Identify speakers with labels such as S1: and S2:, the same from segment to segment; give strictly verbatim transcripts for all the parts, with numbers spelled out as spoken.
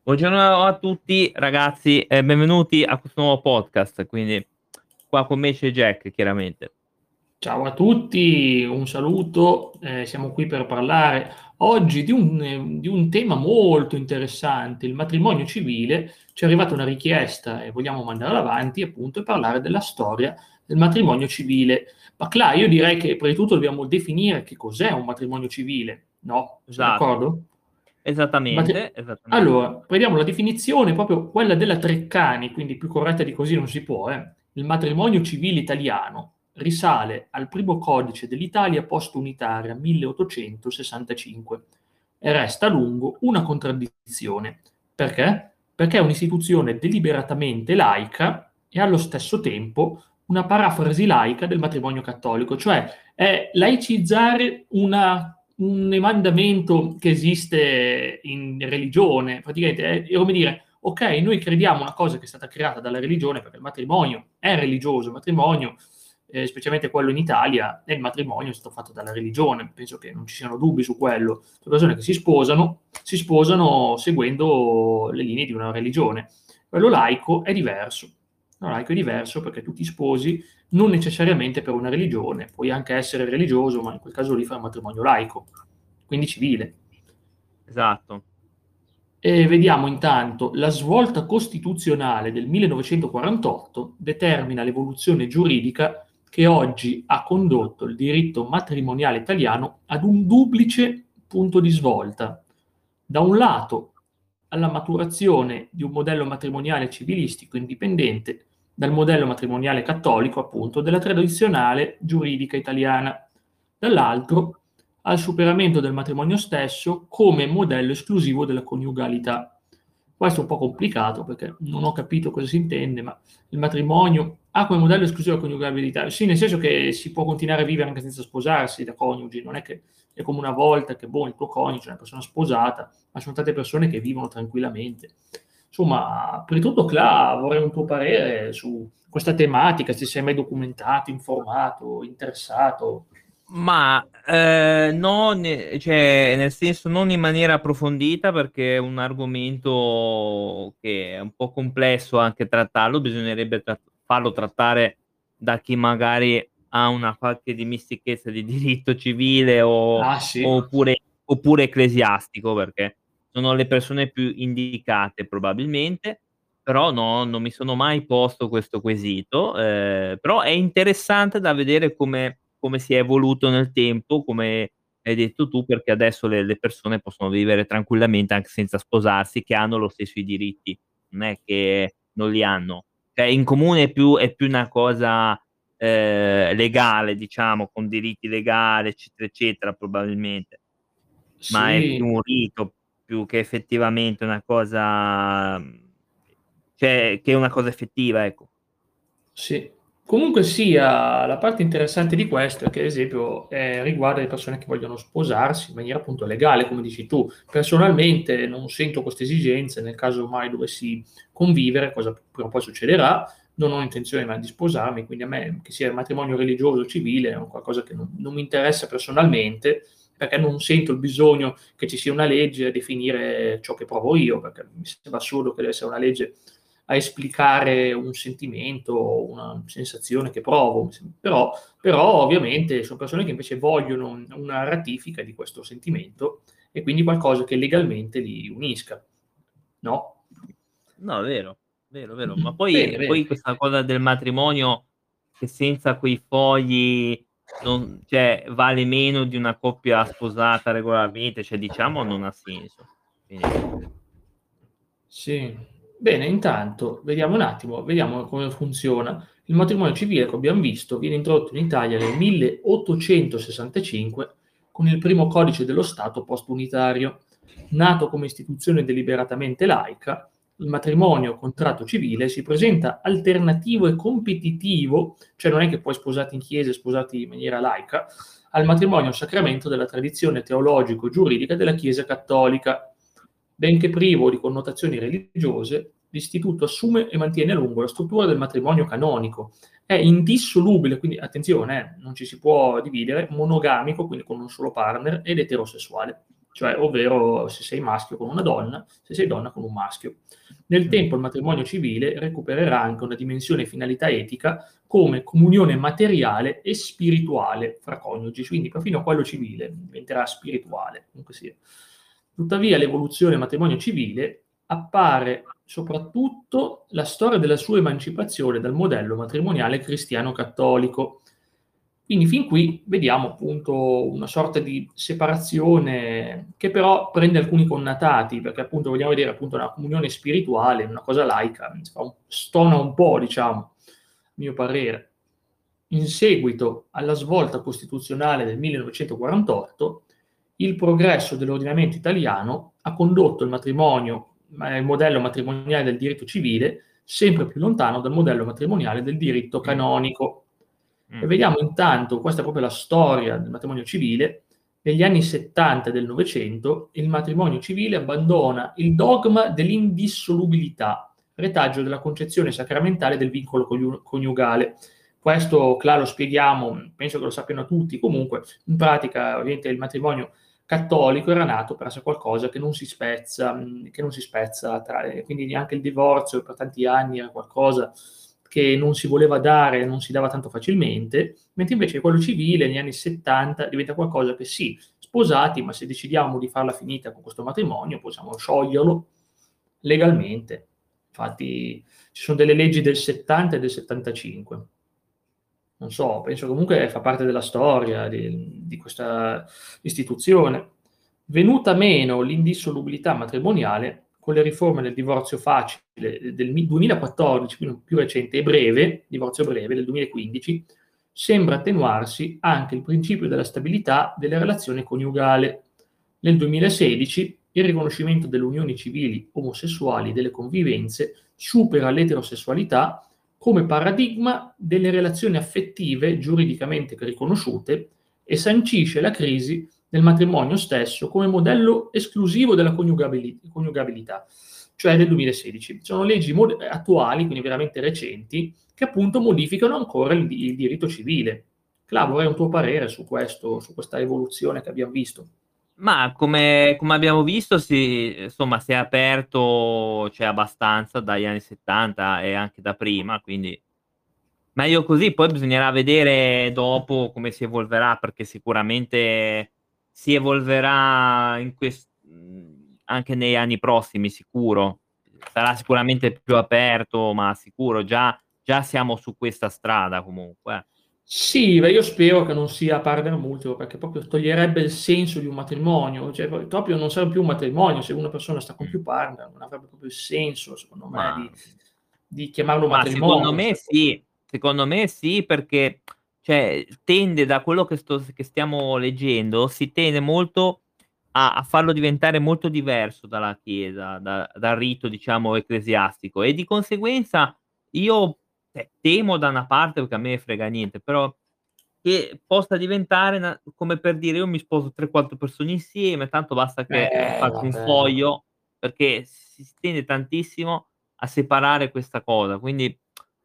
S1: Buongiorno a tutti ragazzi e benvenuti a questo nuovo podcast. Quindi qua con me c'è Jack, chiaramente.
S2: Ciao a tutti, un saluto, ehm, siamo qui per parlare oggi di un ehm, di un tema molto interessante, il matrimonio civile. Ci è arrivata una richiesta e vogliamo mandarla avanti, appunto, e parlare della storia del matrimonio civile. Ma Cla, io direi che prima di tutto dobbiamo definire che cos'è un matrimonio civile, no, sei
S1: Esatto.
S2: d'accordo? Matri
S1: Esattamente, esattamente.
S2: allora, prendiamo la definizione, proprio quella della Treccani, quindi più corretta di così non si può, eh. Il matrimonio civile italiano risale al primo codice dell'Italia post-unitaria milleottocentosessantacinque e resta a lungo una contraddizione. Perché? Perché è un'istituzione deliberatamente laica e allo stesso tempo una parafrasi laica del matrimonio cattolico, cioè è laicizzare una un emandamento che esiste in religione. Praticamente è come dire: ok, noi crediamo una cosa che è stata creata dalla religione, perché il matrimonio è religioso, il matrimonio, eh, specialmente quello in Italia, è il matrimonio è stato fatto dalla religione. Penso che non ci siano dubbi su quello. Le persone che si sposano, si sposano seguendo le linee di una religione. Quello laico è diverso. Quello laico è diverso perché tu ti sposi non necessariamente per una religione, puoi anche essere religioso, ma in quel caso lì fai un matrimonio laico, quindi civile.
S1: Esatto.
S2: E vediamo intanto la svolta costituzionale del millenovecentoquarantotto determina l'evoluzione giuridica che oggi ha condotto il diritto matrimoniale italiano ad un duplice punto di svolta. Da un lato, alla maturazione di un modello matrimoniale civilistico indipendente dal modello matrimoniale cattolico, appunto, della tradizionale giuridica italiana. Dall'altro, al superamento del matrimonio stesso come modello esclusivo della coniugalità. Questo è un po' complicato perché non ho capito cosa si intende, ma il matrimonio ha come modello esclusivo la coniugabilità. Sì, nel senso che si può continuare a vivere anche senza sposarsi da coniugi, non è che è come una volta che boh, il tuo coniuge è una persona sposata, ma sono tante persone che vivono tranquillamente. Insomma, prima di tutto, Cla, vorrei un tuo parere su questa tematica, se sei mai documentato, informato, interessato.
S1: Ma eh, non, cioè, nel senso non in maniera approfondita, perché è un argomento che è un po' complesso anche trattarlo. Bisognerebbe tra- farlo trattare da chi magari ha una qualche dimestichezza di diritto civile o,
S2: Ah sì,
S1: oppure, oppure ecclesiastico, perché sono le persone più indicate probabilmente. Però no, non mi sono mai posto questo quesito, eh, però è interessante da vedere come come si è evoluto nel tempo, come hai detto tu, perché adesso le le persone possono vivere tranquillamente anche senza sposarsi, che hanno lo stesso i diritti, non è che non li hanno. Cioè in comune è più è più una cosa, ehm, legale, diciamo, con diritti legali, eccetera, eccetera, probabilmente, ma è più
S2: sì,
S1: un rito, più che effettivamente una cosa, mhmm, cioè che è una cosa effettiva, ecco.
S2: sì. Comunque sia, la parte interessante di questo è che, ad esempio, ehm, riguarda le persone che vogliono sposarsi in maniera appunto legale, come dici tu. Personalmente non sento queste esigenze, nel caso mai dovessi convivere, cosa prima o poi succederà, non ho intenzione mai di sposarmi, quindi a me, che sia il matrimonio religioso o civile, è un qualcosa che non non mi interessa personalmente, perché non sento il bisogno che ci sia una legge a definire ciò che provo io, perché mi sembra assurdo che deve essere una legge a esplicare un sentimento, una sensazione che provo. Però, però ovviamente sono persone che invece vogliono una ratifica di questo sentimento e quindi qualcosa che legalmente li unisca, no?
S1: No, è vero, vero, vero. Ma
S2: Mm, bene,
S1: poi
S2: bene.
S1: poi questa cosa del matrimonio che senza quei fogli non, cioè, vale meno di una coppia sposata regolarmente, cioè diciamo non ha senso. Quindi
S2: Sì. Bene, intanto vediamo un attimo, vediamo come funziona. Il matrimonio civile, come abbiamo visto, viene introdotto in Italia nel milleottocentosessantacinque con il primo codice dello Stato post-unitario. Nato come istituzione deliberatamente laica, il matrimonio contratto civile si presenta alternativo e competitivo, cioè non è che puoi sposarti in chiesa e sposarti in maniera laica, al matrimonio sacramento della tradizione teologico-giuridica della Chiesa cattolica. Benché privo di connotazioni religiose, l'istituto assume e mantiene a lungo la struttura del matrimonio canonico. È indissolubile, quindi attenzione, eh, non ci si può dividere, monogamico, quindi con un solo partner, ed eterosessuale. cioè ovvero se sei maschio con una donna, se sei donna con un maschio. Nel tempo il matrimonio civile recupererà anche una dimensione e finalità etica come comunione materiale e spirituale fra coniugi, quindi perfino quello civile diventerà spirituale, comunque sia. Tuttavia l'evoluzione del matrimonio civile appare soprattutto la storia della sua emancipazione dal modello matrimoniale cristiano-cattolico. Quindi fin qui vediamo appunto una sorta di separazione che però prende alcuni connatati, perché appunto vogliamo vedere appunto una comunione spirituale, una cosa laica, stona un po', diciamo, a mio parere. In seguito alla svolta costituzionale del millenovecentoquarantotto, il progresso dell'ordinamento italiano ha condotto il matrimonio, il modello matrimoniale del diritto civile sempre più lontano dal modello matrimoniale del diritto canonico.
S1: Mm.
S2: E vediamo intanto, questa è proprio la storia del matrimonio civile, negli anni settanta del Novecento il matrimonio civile abbandona il dogma dell'indissolubilità, retaggio della concezione sacramentale del vincolo coniu- coniugale. Questo, Cla, lo spieghiamo, penso che lo sappiano tutti, comunque in pratica ovviamente il matrimonio cattolico era nato per essere qualcosa che non si spezza, che non si spezza, tra, quindi anche il divorzio per tanti anni era qualcosa che non si voleva dare, non si dava tanto facilmente, mentre invece quello civile negli anni settanta diventa qualcosa che sì, sposati, ma se decidiamo di farla finita con questo matrimonio possiamo scioglierlo legalmente. Infatti ci sono delle leggi del settanta e del settantacinque. Non so, penso comunque fa parte della storia di, di questa istituzione. Venuta meno l'indissolubilità matrimoniale, con le riforme del divorzio facile del duemilaquattordici, quindi più recente e breve, divorzio breve del duemilaquindici, sembra attenuarsi anche il principio della stabilità delle relazioni coniugali. Nel duemilasedici il riconoscimento delle unioni civili omosessuali e delle convivenze supera l'eterosessualità come paradigma delle relazioni affettive giuridicamente riconosciute e sancisce la crisi del matrimonio stesso come modello esclusivo della coniugabilità, cioè del duemilasedici. Sono leggi mod- attuali, quindi veramente recenti, che appunto modificano ancora il, il diritto civile. Cla, vorrei un tuo parere su questo, su questa evoluzione che abbiamo visto.
S1: Ma come, come abbiamo visto, si, insomma, si è aperto, cioè, abbastanza dagli anni settanta e anche da prima, quindi meglio così. Poi bisognerà vedere dopo come si evolverà, perché sicuramente si evolverà in quest- mh, anche negli anni prossimi, sicuro. Sarà sicuramente più aperto, ma sicuro, già, già siamo su questa strada comunque. eh.
S2: Sì, beh, io spero che non sia partner multiplo, perché proprio toglierebbe il senso di un matrimonio, cioè poi proprio non sarebbe più un matrimonio, se una persona sta con
S1: Mm.
S2: più partner, non avrebbe proprio il senso, secondo me,
S1: Ma
S2: di, di chiamarlo
S1: Ma secondo
S2: matrimonio.
S1: me
S2: Cioè,
S1: sì, secondo me sì, perché cioè, tende da quello che, sto, che stiamo leggendo, si tende molto a, a farlo diventare molto diverso dalla Chiesa, da- dal rito, diciamo, ecclesiastico, e di conseguenza io eh, temo da una parte, perché a me ne frega niente, però che possa diventare una- come per dire io mi sposo tre quattro persone insieme, tanto basta che eh,
S2: eh,
S1: faccio un
S2: vabbè.
S1: foglio, perché si si tende tantissimo a separare questa cosa, quindi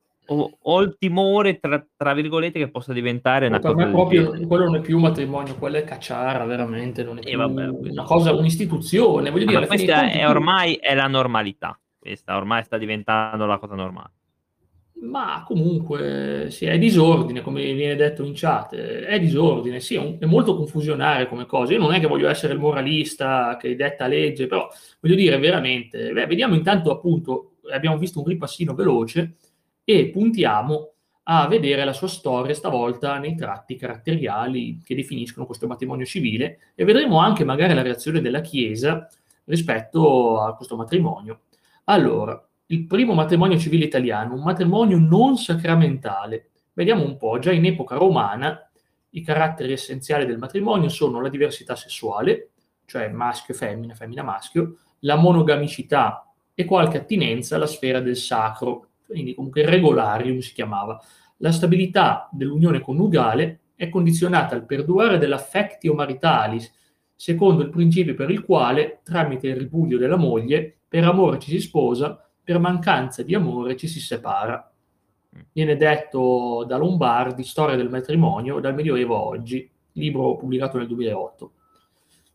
S1: ho ho il timore tra tra virgolette che possa diventare
S2: Oh,
S1: una
S2: per
S1: cosa
S2: me
S1: del
S2: proprio
S1: genere.
S2: quello non è più matrimonio, quella è cacciara, veramente, non è
S1: E
S2: più
S1: vabbè,
S2: una
S1: questo
S2: cosa, un'istituzione, voglio
S1: ah,
S2: dire,
S1: ma
S2: alla fine dei
S1: questa
S2: conti
S1: è
S2: tu.
S1: ormai è la normalità. Questa ormai sta diventando la cosa normale.
S2: Ma comunque sì, è disordine, come viene detto in chat, è disordine, sì, è, un- è molto confusionario come cosa. Io non è che voglio essere il moralista che detta legge, però voglio dire veramente, beh, vediamo intanto appunto, abbiamo visto un ripassino veloce e puntiamo a vedere la sua storia stavolta nei tratti caratteriali che definiscono questo matrimonio civile e vedremo anche magari la reazione della Chiesa rispetto a questo matrimonio. Allora, il primo matrimonio civile italiano, un matrimonio non sacramentale. Vediamo un po', già in epoca romana i caratteri essenziali del matrimonio sono la diversità sessuale, cioè maschio e femmina, femmina-maschio, la monogamicità e qualche attinenza alla sfera del sacro, quindi comunque regolarium si chiamava. La stabilità dell'unione coniugale è condizionata al perdurare dell'affectio maritalis, secondo il principio per il quale, tramite il ripudio della moglie, per amore ci si sposa, per mancanza di amore ci si separa.
S1: Mh.
S2: Viene detto da Lombardi, Storia del matrimonio dal Medioevo a oggi, libro pubblicato nel duemilaotto.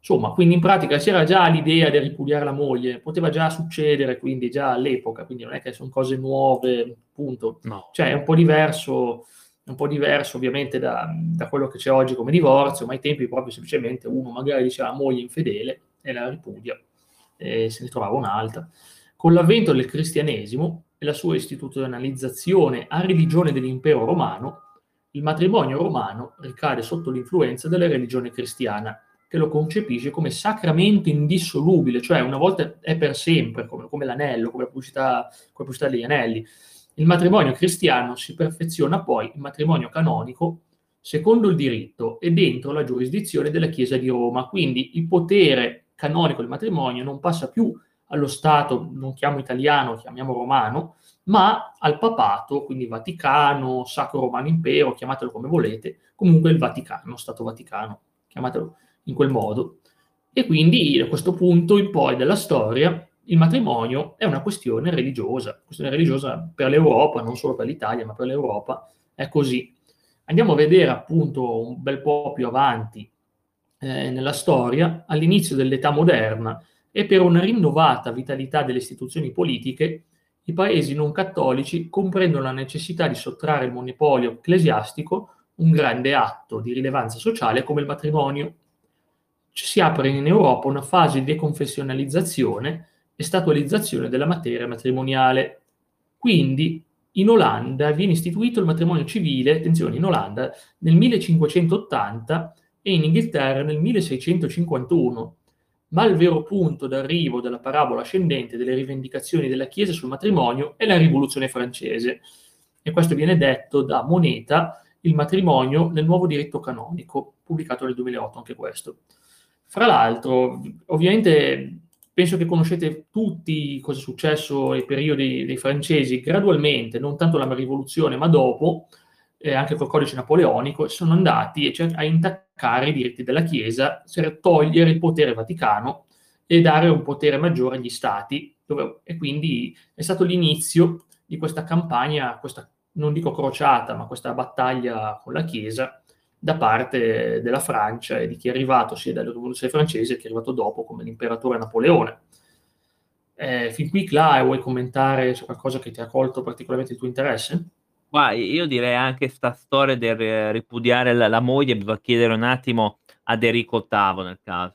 S2: Insomma, quindi in pratica c'era già l'idea di ripudiare la moglie, poteva già succedere, quindi già all'epoca, quindi non è che sono cose nuove, punto.
S1: No.
S2: Cioè è un po' diverso, è un po' diverso ovviamente da, da quello che c'è oggi come divorzio, ma ai tempi proprio semplicemente uno magari diceva moglie infedele e la ripudia e se ne trovava un'altra. Con l'avvento del cristianesimo e la sua istituzionalizzazione a religione dell'impero romano, il matrimonio romano ricade sotto l'influenza della religione cristiana, che lo concepisce come sacramento indissolubile, cioè una volta è per sempre, come, come l'anello, come la pubblicità, come la pubblicità degli anelli. Il matrimonio cristiano si perfeziona poi in matrimonio canonico secondo il diritto e dentro la giurisdizione della Chiesa di Roma. Quindi il potere canonico del matrimonio non passa più allo Stato, non chiamo italiano, chiamiamo romano, ma al papato, quindi Vaticano, Sacro Romano Impero, chiamatelo come volete, comunque il Vaticano, Stato Vaticano, chiamatelo in quel modo. E quindi a questo punto in poi della storia il matrimonio è una questione religiosa, questione religiosa per l'Europa, non solo per l'Italia, ma per l'Europa è così. Andiamo a vedere appunto un bel po' più avanti eh, nella storia, all'inizio dell'età moderna, e per una rinnovata vitalità delle istituzioni politiche, i paesi non cattolici comprendono la necessità di sottrarre il monopolio ecclesiastico, un grande atto di rilevanza sociale come il matrimonio. Si apre in Europa una fase di deconfessionalizzazione e statualizzazione della materia matrimoniale. Quindi in Olanda viene istituito il matrimonio civile, attenzione, in Olanda nel millecinquecentottanta e in Inghilterra nel milleseicentocinquantuno. Ma il vero punto d'arrivo della parabola ascendente delle rivendicazioni della Chiesa sul matrimonio è la Rivoluzione francese. E questo viene detto da Moneta, Il matrimonio nel nuovo diritto canonico, pubblicato nel duemilaotto anche questo. Fra l'altro, ovviamente penso che conoscete tutti cosa è successo nei periodi dei francesi, gradualmente, non tanto la rivoluzione, ma dopo, eh, anche col codice napoleonico, sono andati cioè, a intaccare i diritti della Chiesa, per togliere il potere vaticano e dare un potere maggiore agli stati, dove, e quindi è stato l'inizio di questa campagna, questa, non dico crociata, ma questa battaglia con la Chiesa, da parte della Francia e di chi è arrivato sia dalla rivoluzione francese che è arrivato dopo come l'imperatore Napoleone. Eh, fin qui, Cla, vuoi commentare su qualcosa che ti ha colto particolarmente il tuo interesse?
S1: Ma io direi anche sta storia del ripudiare la, la moglie, bisogna chiedere un attimo ad Enrico ottavo nel caso.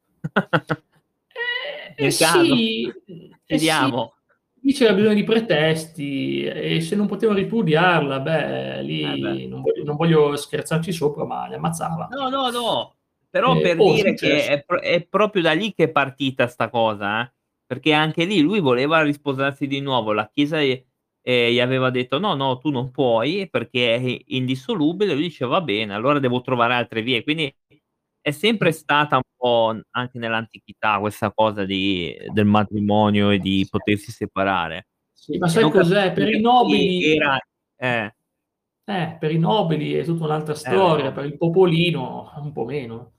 S2: Eh, eh
S1: Nel caso,
S2: sì, eh sì,
S1: chiediamo.
S2: lì c'era bisogno di pretesti e se non poteva ripudiarla, beh,
S1: Eh beh.
S2: lì non voglio, non voglio scherzarci sopra, ma li ammazzava.
S1: No, no, no, però
S2: Eh,
S1: per
S2: oh, è
S1: dire che
S2: successo.
S1: è pro è proprio da lì che è partita sta cosa, eh, perché anche lì lui voleva risposarsi di nuovo, la chiesa gli ehm, gli aveva detto: "No, no, tu non puoi perché è indissolubile", lui dice: "Va bene, allora devo trovare altre vie". Quindi è sempre stata un po' anche nell'antichità questa cosa di del matrimonio e di potersi separare.
S2: Sì, ma
S1: E
S2: sai
S1: non
S2: cos'è?
S1: capisco
S2: Per i
S1: perché poi
S2: nobili,
S1: era eh,
S2: eh, per i nobili è tutta un'altra
S1: eh beh,
S2: storia,
S1: no.
S2: per il popolino un po' meno.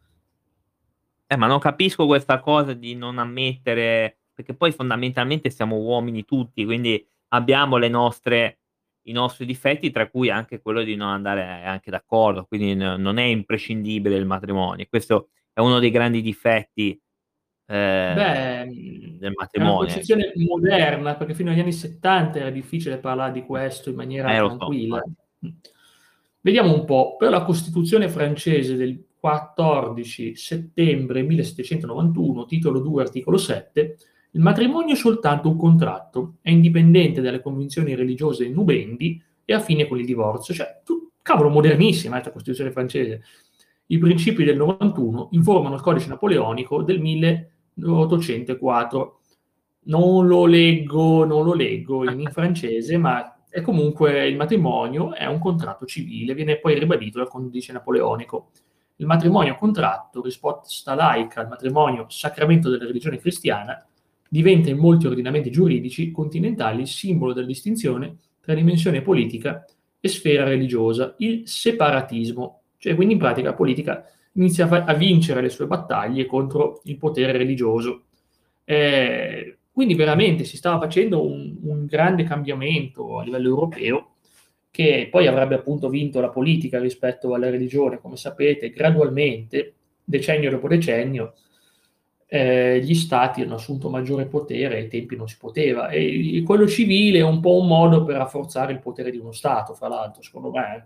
S1: Eh, ma non capisco questa cosa di non ammettere perché poi fondamentalmente siamo uomini tutti, quindi abbiamo le nostre i nostri difetti, tra cui anche quello di non andare anche d'accordo, quindi n non è imprescindibile il matrimonio. Questo è uno dei grandi difetti, ehm,
S2: Beh, mhmm,
S1: del
S2: è una
S1: matrimonio, ecco.
S2: concezione moderna, perché fino agli anni 'settanta era difficile parlar di questo in maniera
S1: Eh, lo so,
S2: tranquilla.
S1: infatti.
S2: Mh. Vediamo un po', per la Costituzione francese del quattordici settembre millesettecentonovantuno, titolo due, articolo sette, il matrimonio è soltanto un contratto, è indipendente dalle convinzioni religiose dei nubendi e affine con il divorzio. Cioè, tu cavolo, modernissima, eh, 'sta Costituzione francese. I principi del novantuno informano il codice napoleonico del milleottocentoquattro. Non lo leggo, non lo leggo in, in francese, ma è comunque il matrimonio è un contratto civile, viene poi ribadito dal codice napoleonico. Il matrimonio contratto, risposta laica al matrimonio sacramento della religione cristiana, diventa in molti ordinamenti giuridici continentali il simbolo della distinzione tra dimensione politica e sfera religiosa, il separatismo. Cioè, quindi in pratica la politica inizia a, fa- a vincere le sue battaglie contro il potere religioso. Eh, quindi veramente si stava facendo un, un grande cambiamento a livello europeo che poi avrebbe appunto vinto la politica rispetto alla religione, come sapete, gradualmente, decennio dopo decennio, eh, gli stati hanno assunto maggiore potere, ai tempi non si poteva, e quello civile è un po' un modo per rafforzare il potere di uno Stato, fra l'altro, secondo me.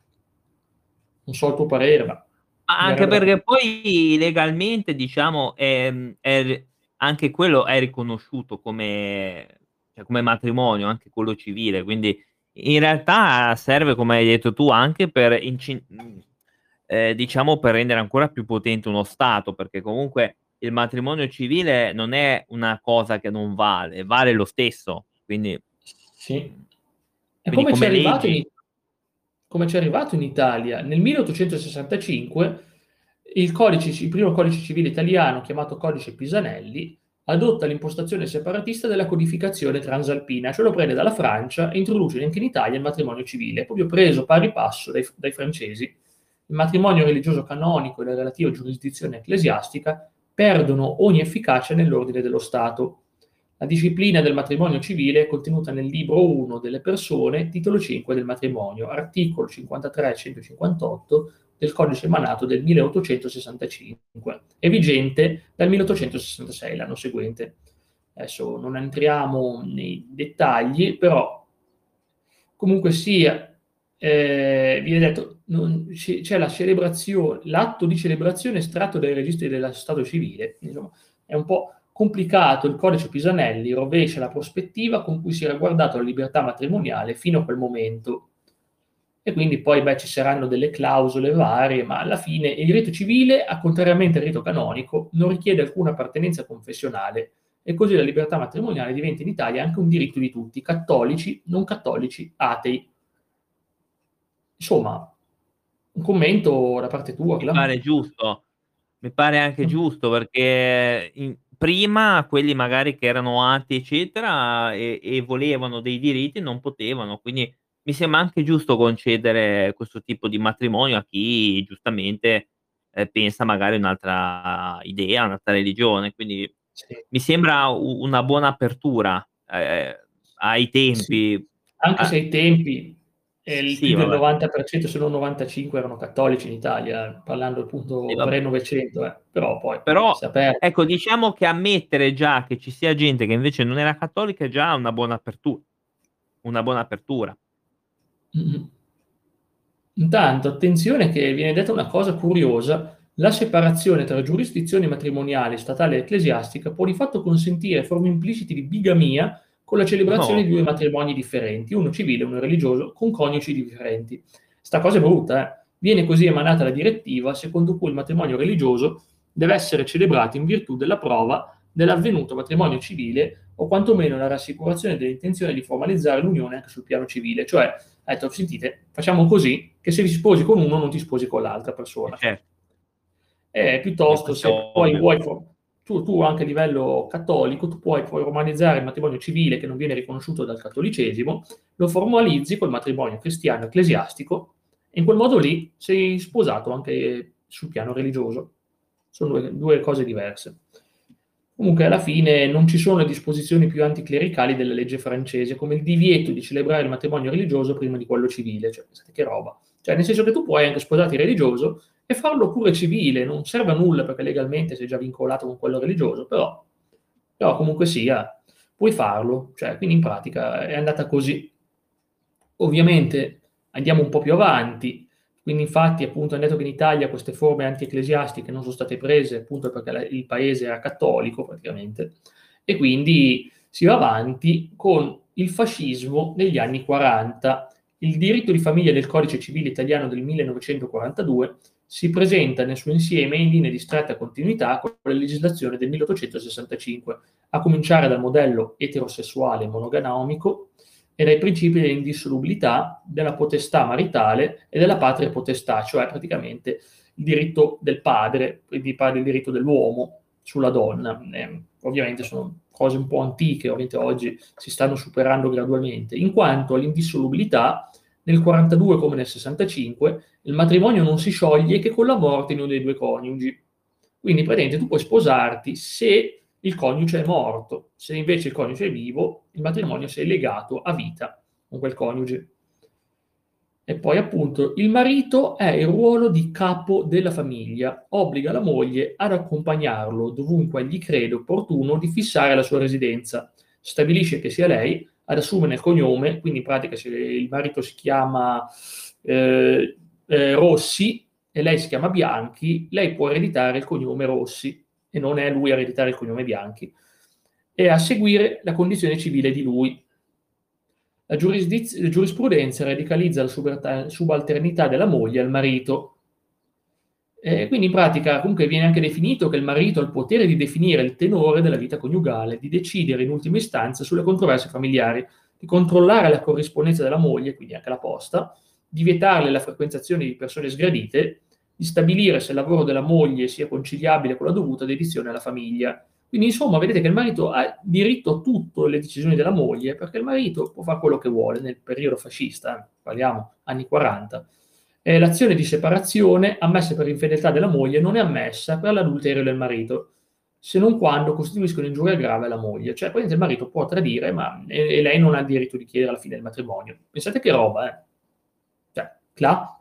S2: Non so il tuo parere, ma
S1: Ma
S2: mi
S1: anche
S2: verrebbe da
S1: perché
S2: pensare.
S1: poi legalmente diciamo, ehm, è r anche quello è riconosciuto come cioè come matrimonio, anche quello civile, quindi in realtà serve, come hai detto tu, anche per incin mhmm, ehm, diciamo per rendere ancora più potente uno Stato, perché comunque il matrimonio civile non è una cosa che non vale, vale lo stesso. Quindi
S2: Sì.
S1: mhmm,
S2: E
S1: quindi
S2: come c'è
S1: come
S2: arrivato in
S1: leggi
S2: I come c'è arrivato in Italia? Nel milleottocentosessantacinque il codice ci il primo codice civile italiano, chiamato Codice Pisanelli, adotta l'impostazione separatista della codificazione transalpina, cioè lo prende dalla Francia e introduce anche in Italia il matrimonio civile, proprio preso pari passo dai f dai francesi. Il matrimonio religioso canonico e la relativa giurisdizione ecclesiastica perdono ogni efficacia nell'ordine dello Stato. La disciplina del matrimonio civile è contenuta nel libro uno delle persone, titolo cinque del matrimonio, articolo cinquantatré e centocinquantotto del codice emanato del milleottocentosessantacinque, è vigente dal milleottocentosessantasei, l'anno seguente. Adesso non entriamo nei dettagli, però comunque sia, eh, viene detto, non- c'è c'è la celebrazione, l'atto di celebrazione estratto dai registri dello Stato civile. Insomma, è un po' complicato. Il codice Pisanelli rovescia la prospettiva con cui si era guardato alla libertà matrimoniale fino a quel momento. E quindi poi beh, ci saranno delle clausole varie, ma alla fine il rito civile, a contrariamente al rito canonico, non richiede alcuna appartenenza confessionale, e così la libertà matrimoniale diventa in Italia anche un diritto di tutti, cattolici, non cattolici, atei. Insomma, un commento da parte tua,
S1: mi
S2: Cla?
S1: pare giusto. Mi pare anche
S2: Mm.
S1: giusto perché in prima quelli magari che erano atei eccetera e e volevano dei diritti non potevano, quindi mi sembra anche giusto concedere questo tipo di matrimonio a chi giustamente, ehm, pensa magari un'altra idea, un'altra religione. Quindi
S2: Sì,
S1: mi sembra u una buona apertura, ehm, ai
S2: sì.
S1: tempi.
S2: Anche se
S1: A
S2: ai tempi eh, il
S1: sì,
S2: più del
S1: vabbè.
S2: novanta per cento, se non novantacinque, erano cattolici in Italia, eh, parlando
S1: Sì,
S2: appunto
S1: vabbè.
S2: pre-Novecento, eh. Però poi
S1: Però,
S2: si è aperto.
S1: ecco, diciamo che ammettere già che ci sia gente che invece non era cattolica è già una buona apertu una buona apertura.
S2: Mh-mh. Intanto attenzione che viene detta una cosa curiosa: la separazione tra giurisdizione matrimoniale, statale e ecclesiastica può di fatto consentire forme implicite di bigamia con la celebrazione
S1: No,
S2: di due matrimoni differenti, uno civile e uno religioso, con coniugi differenti. Sta cosa è brutta, eh. Viene così emanata la direttiva secondo cui il matrimonio religioso deve essere celebrato in virtù della prova dell'avvenuto matrimonio civile o quantomeno la rassicurazione dell'intenzione di formalizzare l'unione anche sul piano civile. Cioè, ha detto: sentite, facciamo così, che se ti sposi con uno non ti sposi con l'altra
S1: eh
S2: persona. Cioè,
S1: cer
S2: eh,
S1: e
S2: piuttosto,
S1: questo è
S2: se poi
S1: ovvio.
S2: vuoi, for- tu, tu anche a livello cattolico, tu puoi formalizzare il matrimonio civile che non viene riconosciuto dal cattolicesimo, lo formalizzi col matrimonio cristiano ecclesiastico, e in quel modo lì sei sposato anche sul piano religioso. Sono due, due cose diverse. Comunque, alla fine non ci sono le disposizioni più anticlericali della legge francese, come il divieto di celebrare il matrimonio religioso prima di quello civile. Cioè, pensate che roba. Cioè, nel senso che tu puoi anche sposarti religioso e farlo pure civile, non serve a nulla perché legalmente sei già vincolato con quello religioso, però, però comunque sia, puoi farlo. Cioè, quindi in pratica è andata così. Ovviamente andiamo un po' più avanti, quindi infatti appunto hanno detto che in Italia queste forme anti-ecclesiastiche non sono state prese appunto perché la- il paese era cattolico praticamente, e quindi si va avanti con il fascismo negli anni quaranta. Il diritto di famiglia del Codice Civile Italiano del millenovecentoquarantadue si presenta nel suo insieme in linea di stretta continuità con la legislazione del milleottocentosessantacinque, a cominciare dal modello eterosessuale monogamico e dai principi dell'indissolubilità, della potestà maritale e della patria potestà, cioè praticamente il diritto del padre, il diritto dell'uomo sulla donna. Eh, ovviamente sono cose un po' antiche, ovviamente oggi si stanno superando gradualmente. In quanto all'indissolubilità, nel quarantadue come nel sessantacinque, il matrimonio non si scioglie che con la morte di uno dei due coniugi. Quindi praticamente tu puoi sposarti se il coniuge è morto, se invece il coniuge è vivo, il matrimonio si è legato a vita con quel coniuge. E poi appunto il marito è il ruolo di capo della famiglia, obbliga la moglie ad accompagnarlo dovunque egli crede opportuno di fissare la sua residenza, stabilisce che sia lei ad assumere il cognome, quindi in pratica se il marito si chiama eh, eh, Rossi e lei si chiama Bianchi, lei può ereditare il cognome Rossi e non è lui a ereditare il cognome Bianchi, e a seguire la condizione civile di lui. La, giurisdiz- la giurisprudenza radicalizza la subalter- subalternità della moglie al marito. Eh, quindi in pratica comunque viene anche definito che il marito ha il potere di definire il tenore della vita coniugale, di decidere in ultima istanza sulle controversie familiari, di controllare la corrispondenza della moglie, quindi anche la posta, di vietarle la frequentazione di persone sgradite, di stabilire se il lavoro della moglie sia conciliabile con la dovuta dedizione alla famiglia. Quindi insomma vedete che il marito ha diritto a tutte le decisioni della moglie, perché il marito può fare quello che vuole nel periodo fascista, eh, parliamo anni quaranta. Eh, l'azione di separazione ammessa per l'infedeltà della moglie non è ammessa per l'adulterio del marito, se non quando costituiscono ingiuria grave alla moglie. Cioè, praticamente il marito può tradire, ma e, e lei non ha il diritto di chiedere alla fine del matrimonio. Pensate che roba, eh? Cioè, là?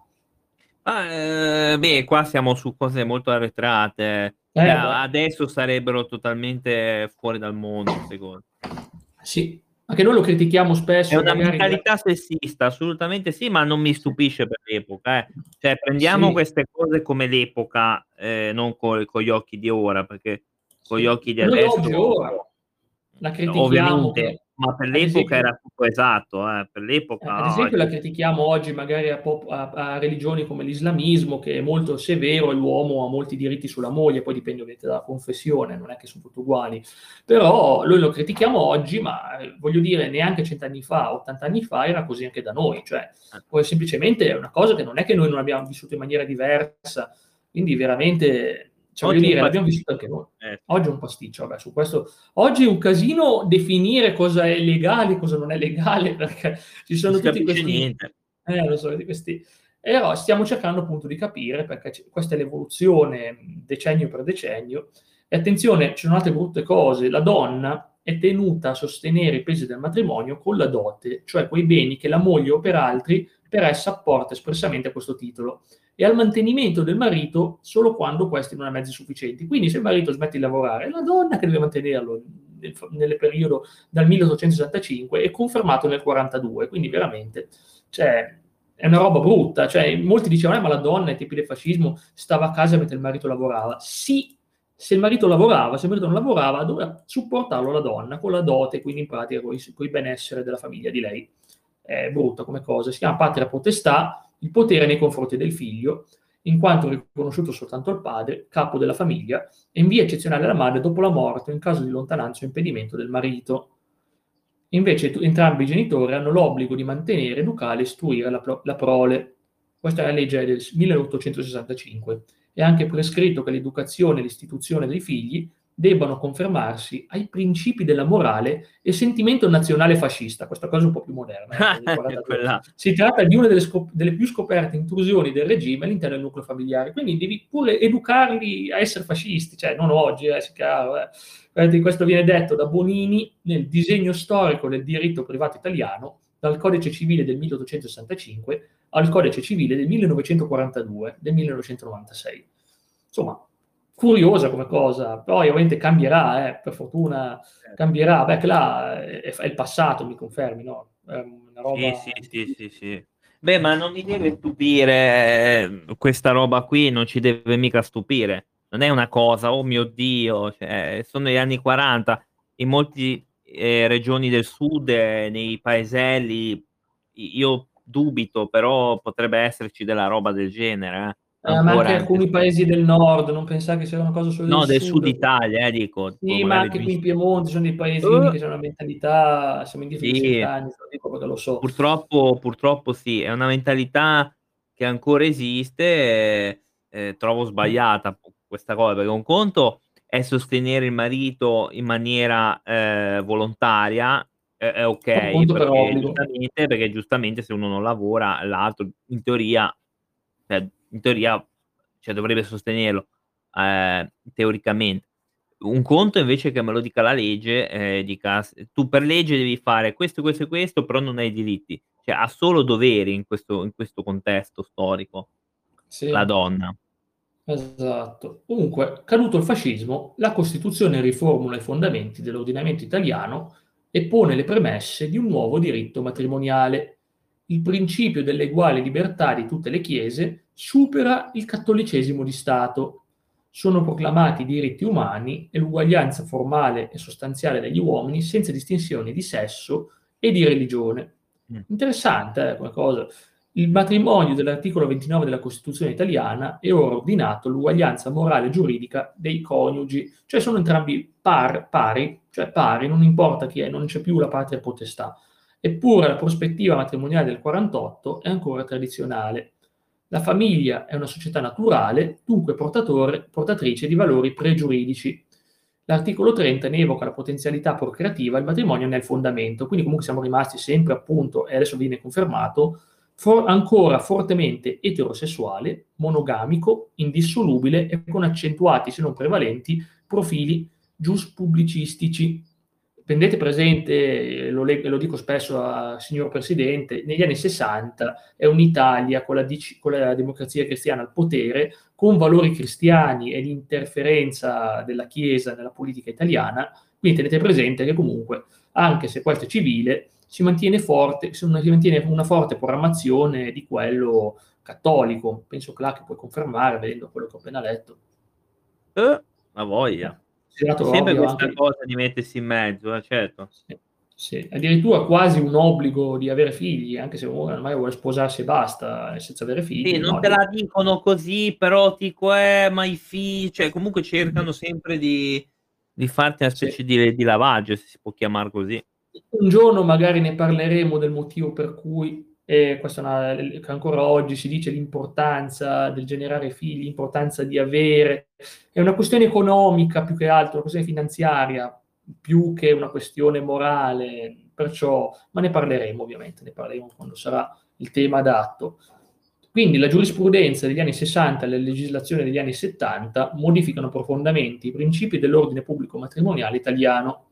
S1: Ah, eh, beh, qua siamo su cose molto arretrate. Cioè,
S2: Eh, beh,
S1: adesso sarebbero totalmente fuori dal mondo, secondo me.
S2: sì. Anche noi lo critichiamo
S1: È
S2: spesso,
S1: una
S2: magari...
S1: mentalità sessista, assolutamente sì, ma non mi
S2: Sì,
S1: stupisce per l'epoca, eh. Cioè, prendiamo
S2: sì,
S1: queste cose come l'epoca, eh, non co- con gli occhi di ora, perché con gli
S2: sì.
S1: occhi di
S2: Ma noi
S1: adesso,
S2: oggi, ora, la critichiamo
S1: ovviamente,
S2: che,
S1: ma per
S2: ad
S1: l'epoca
S2: esempio...
S1: era tutto esatto, eh. Per
S2: Eh, ad
S1: l'epoca, oh,
S2: esempio la
S1: cioè,
S2: critichiamo oggi magari a, pop- a- a religioni come l'islamismo, che è molto severo e l'uomo ha molti diritti sulla moglie, poi dipende ovviamente dalla confessione, non è che sono tutti uguali, però noi lo critichiamo oggi, ma eh, voglio dire, neanche cent'anni fa, ottanta anni fa era così anche da noi, cioè poi semplicemente è una cosa che non è che noi non abbiamo vissuto in maniera diversa, quindi veramente, cioè voglio
S1: oggi è un
S2: dire, l'abbiamo
S1: pasticcio.
S2: vissuto anche noi.
S1: Eh,
S2: Oggi è un pasticcio, vabbè, su questo oggi è un casino definire cosa è legale e cosa non è legale, perché ci
S1: non
S2: sono
S1: si
S2: tutti
S1: capisce
S2: questi,
S1: niente.
S2: eh, lo so, di questi, però stiamo cercando appunto di capire perché c- questa è l'evoluzione mh, decennio per decennio. E attenzione, ci sono altre brutte cose. La donna è tenuta a sostenere i pesi del matrimonio con la dote, cioè quei beni che la moglie o per altri per essa apporta espressamente a questo titolo, e al mantenimento del marito solo quando questi non ha mezzi sufficienti. Quindi se il marito smette di lavorare, è la donna che deve mantenerlo nel, nel periodo dal milleottocentosessantacinque e confermato nel quarantadue, quindi veramente cioè, è una roba brutta. Cioè, molti dicevano, eh, ma la donna ai tempi del fascismo stava a casa mentre il marito lavorava. Sì, se il marito lavorava, se il marito non lavorava, doveva supportarlo la donna con la dote, quindi in pratica con i benessere della famiglia di lei. È brutta come cosa, si chiama patria potestà, il potere nei confronti del figlio, in quanto riconosciuto soltanto al padre, capo della famiglia, e in via eccezionale alla madre dopo la morte in caso di lontananza o impedimento del marito. Invece tu- entrambi i genitori hanno l'obbligo di mantenere, educare e istruire la, pro- la prole. Questa è la legge del milleottocentosessantacinque. È anche prescritto che l'educazione e l'istituzione dei figli debbano confermarsi ai principi della morale e sentimento nazionale fascista. Questa cosa è un po' più moderna, eh, del quarantadue.
S1: Quella.
S2: Si tratta di una delle, scop- delle più scoperte intrusioni del regime all'interno del nucleo familiare, quindi devi pure educarli a essere fascisti, cioè non oggi, eh, sia chiaro, eh. Questo viene detto da Bonini nel disegno storico del diritto privato italiano, dal Codice civile del milleottocentosessantacinque al Codice civile del millenovecentoquarantadue, del millenovecentonovantasei. Insomma, curiosa come cosa, poi ovviamente cambierà, eh, per fortuna cambierà. Beh, che là è, è il passato, mi confermi, no? È una
S1: Sì, sì,
S2: roba
S1: sì,
S2: incredibile.
S1: sì, sì. Beh, ma non mi deve stupire, eh, questa roba qui non ci deve mica stupire. Non è una cosa, oh mio Dio, cioè, sono gli anni quaranta. In molti eh, regioni del sud, eh, nei paeselli, i- io dubito, però potrebbe esserci della roba del genere, eh,
S2: Eh, ma
S1: ancora
S2: anche
S1: anche
S2: alcuni
S1: se...
S2: paesi del nord, non pensare che sia una cosa solo del
S1: No, del sud
S2: sud.
S1: Italia, eh, dico, tipo
S2: Sì, ma
S1: magari
S2: anche
S1: giù in...
S2: qui in Piemonte ci sono dei paesini
S1: Uh,
S2: che hanno una mentalità, siamo indietro di
S1: sì.
S2: cent'anni, te lo dico perché lo so.
S1: Purtroppo purtroppo sì, è una mentalità che ancora esiste, e, ehm, trovo sbagliata q questa cosa, perché un conto è sostenere il marito in maniera, ehm, volontaria, è è
S2: Un
S1: okay,
S2: conto per
S1: perché
S2: obbligo.
S1: giustamente perché giustamente se uno non lavora, l'altro in teoria, cioè in teoria, cioè dovrebbe sostenerlo, ehm, teoricamente. Un conto invece che me lo dica la legge, ehm, dica s tu per legge devi fare questo, questo e questo, però non hai diritti. Cioè ha solo doveri in questo in questo contesto storico, la
S2: Sì.
S1: donna.
S2: Esatto. Comunque, caduto il fascismo, la Costituzione riformula i fondamenti dell'ordinamento italiano e pone le premesse di un nuovo diritto matrimoniale. Il principio delle uguali libertà di tutte le chiese supera il cattolicesimo di Stato. Sono proclamati i diritti umani e l'uguaglianza formale e sostanziale degli uomini senza distinzioni di sesso e di religione.
S1: Mh.
S2: Interessante, eh, come cosa. Il matrimonio dell'articolo ventinove della Costituzione italiana è ora ordinato l'uguaglianza morale e giuridica dei coniugi, cioè sono entrambi par, pari, cioè pari, non importa chi è, non c'è più la patria potestà. Eppure la prospettiva matrimoniale del quarantotto è ancora tradizionale. La famiglia è una società naturale, dunque portatore, portatrice di valori pregiuridici. L'articolo trenta ne evoca la potenzialità procreativa, il matrimonio nel fondamento, quindi comunque siamo rimasti sempre appunto, e adesso viene confermato, For- ancora fortemente eterosessuale, monogamico, indissolubile e con accentuati, se non prevalenti, profili giuspubblicistici. Prendete presente, lo, leg- lo dico spesso al signor Presidente, negli anni sessanta è un'Italia con la, dic- con la democrazia cristiana al potere, con valori cristiani e l'interferenza della Chiesa nella politica italiana, quindi tenete presente che comunque, anche se questo è civile, si mantiene forte, si mantiene una forte programmazione di quello cattolico. Penso che là che puoi confermare vedendo quello che ho appena letto.
S1: Uh, a
S2: Eh,
S1: voglia. C'è
S2: considerato
S1: sempre
S2: ovvio
S1: questa
S2: anche
S1: cosa di mettersi in mezzo, eh, certo.
S2: sì, sì, addirittura quasi un obbligo di avere figli, anche se uno ormai vuole sposarsi e basta, e senza avere
S1: Sì,
S2: figli,
S1: non
S2: no,
S1: te
S2: di-
S1: la dicono così, però dico: "Eh, ma i fi" cioè comunque cercano sempre di di farti una
S2: sì.
S1: specie di di lavaggio, se si può chiamar così.
S2: Un giorno magari ne parleremo del motivo per cui, ehm, questa è una l che ancora oggi si dice l'importanza del generare figli, l'importanza di avere. È una questione economica più che altro, una questione finanziaria, più che una questione morale, perciò ma ne parleremo ovviamente, ne parleremo quando sarà il tema adatto. Quindi la giurisprudenza degli anni 'sessanta e la legislazione degli anni 'settanta modificano profondamente i principi dell'ordine pubblico matrimoniale italiano.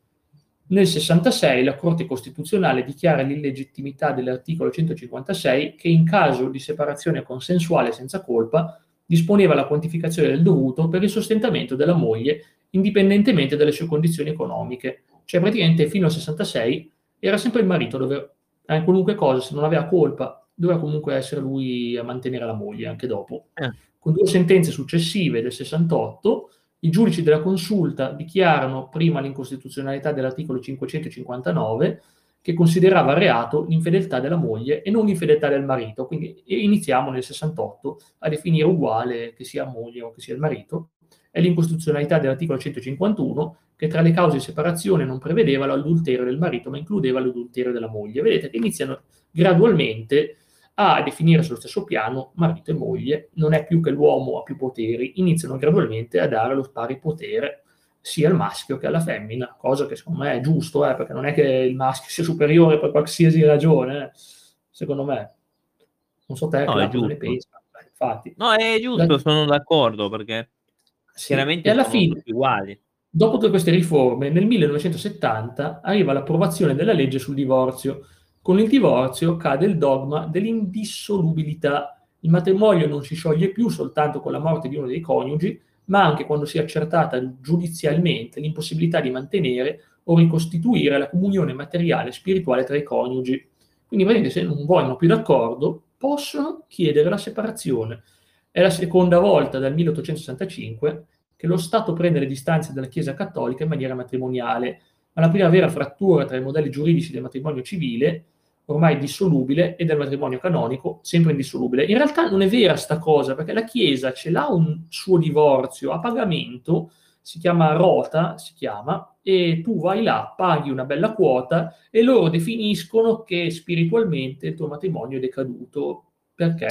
S2: Nel sessantasei la Corte Costituzionale dichiara l'illegittimità dell'articolo centocinquantasei che in caso di separazione consensuale senza colpa disponeva la quantificazione del dovuto per il sostentamento della moglie indipendentemente dalle sue condizioni economiche. Cioè praticamente fino al sessantasei era sempre il marito a dover, eh, qualunque cosa, se non aveva colpa, doveva comunque essere lui a mantenere la moglie anche dopo.
S1: Eh.
S2: Con due sentenze successive del sessantotto i giudici della consulta dichiarano prima l'incostituzionalità dell'articolo cinquecentocinquantanove che considerava reato l'infedeltà della moglie e non l'infedeltà del marito. Quindi iniziamo nel sessantotto a definire uguale che sia moglie o che sia il marito. E l'incostituzionalità dell'articolo centocinquantuno che tra le cause di separazione non prevedeva l'adulterio del marito ma includeva l'adulterio della moglie. Vedete che iniziano gradualmente a definire sullo stesso piano marito e moglie, non è più che l'uomo ha più poteri, iniziano gradualmente a dare lo pari potere sia al maschio che alla femmina, cosa che secondo me è giusto, eh, perché non è che il maschio sia superiore per qualsiasi ragione, eh, secondo me. Non so te,
S1: No, è
S2: là, cosa ne
S1: giusto.
S2: pensi, eh, infatti.
S1: No, è
S2: La-
S1: giusto, sono d'accordo perché
S2: sì, e
S1: chiaramente
S2: alla
S1: sono
S2: fine,
S1: tutti uguali.
S2: dopo tutte queste riforme, nel millenovecentosettanta arriva l'approvazione della legge sul divorzio. Con il divorzio cade il dogma dell'indissolubilità. Il matrimonio non si scioglie più soltanto con la morte di uno dei coniugi, ma anche quando sia accertata giudizialmente l'impossibilità di mantenere o ricostituire la comunione materiale e spirituale tra i coniugi. Quindi, vedete, se non vogliono più d'accordo, possono chiedere la separazione. È la seconda volta dal milleottocentosessantacinque che lo Stato prende le distanze dalla Chiesa cattolica in maniera matrimoniale, ma la prima vera frattura tra i modelli giuridici del matrimonio civile, ormai dissolubile, e del matrimonio canonico, sempre indissolubile. In realtà non è vera sta cosa, perché la Chiesa ce l'ha un suo divorzio a pagamento, si chiama rota, si chiama, e tu vai là, paghi una bella quota e loro definiscono che spiritualmente il tuo matrimonio è decaduto. Perché?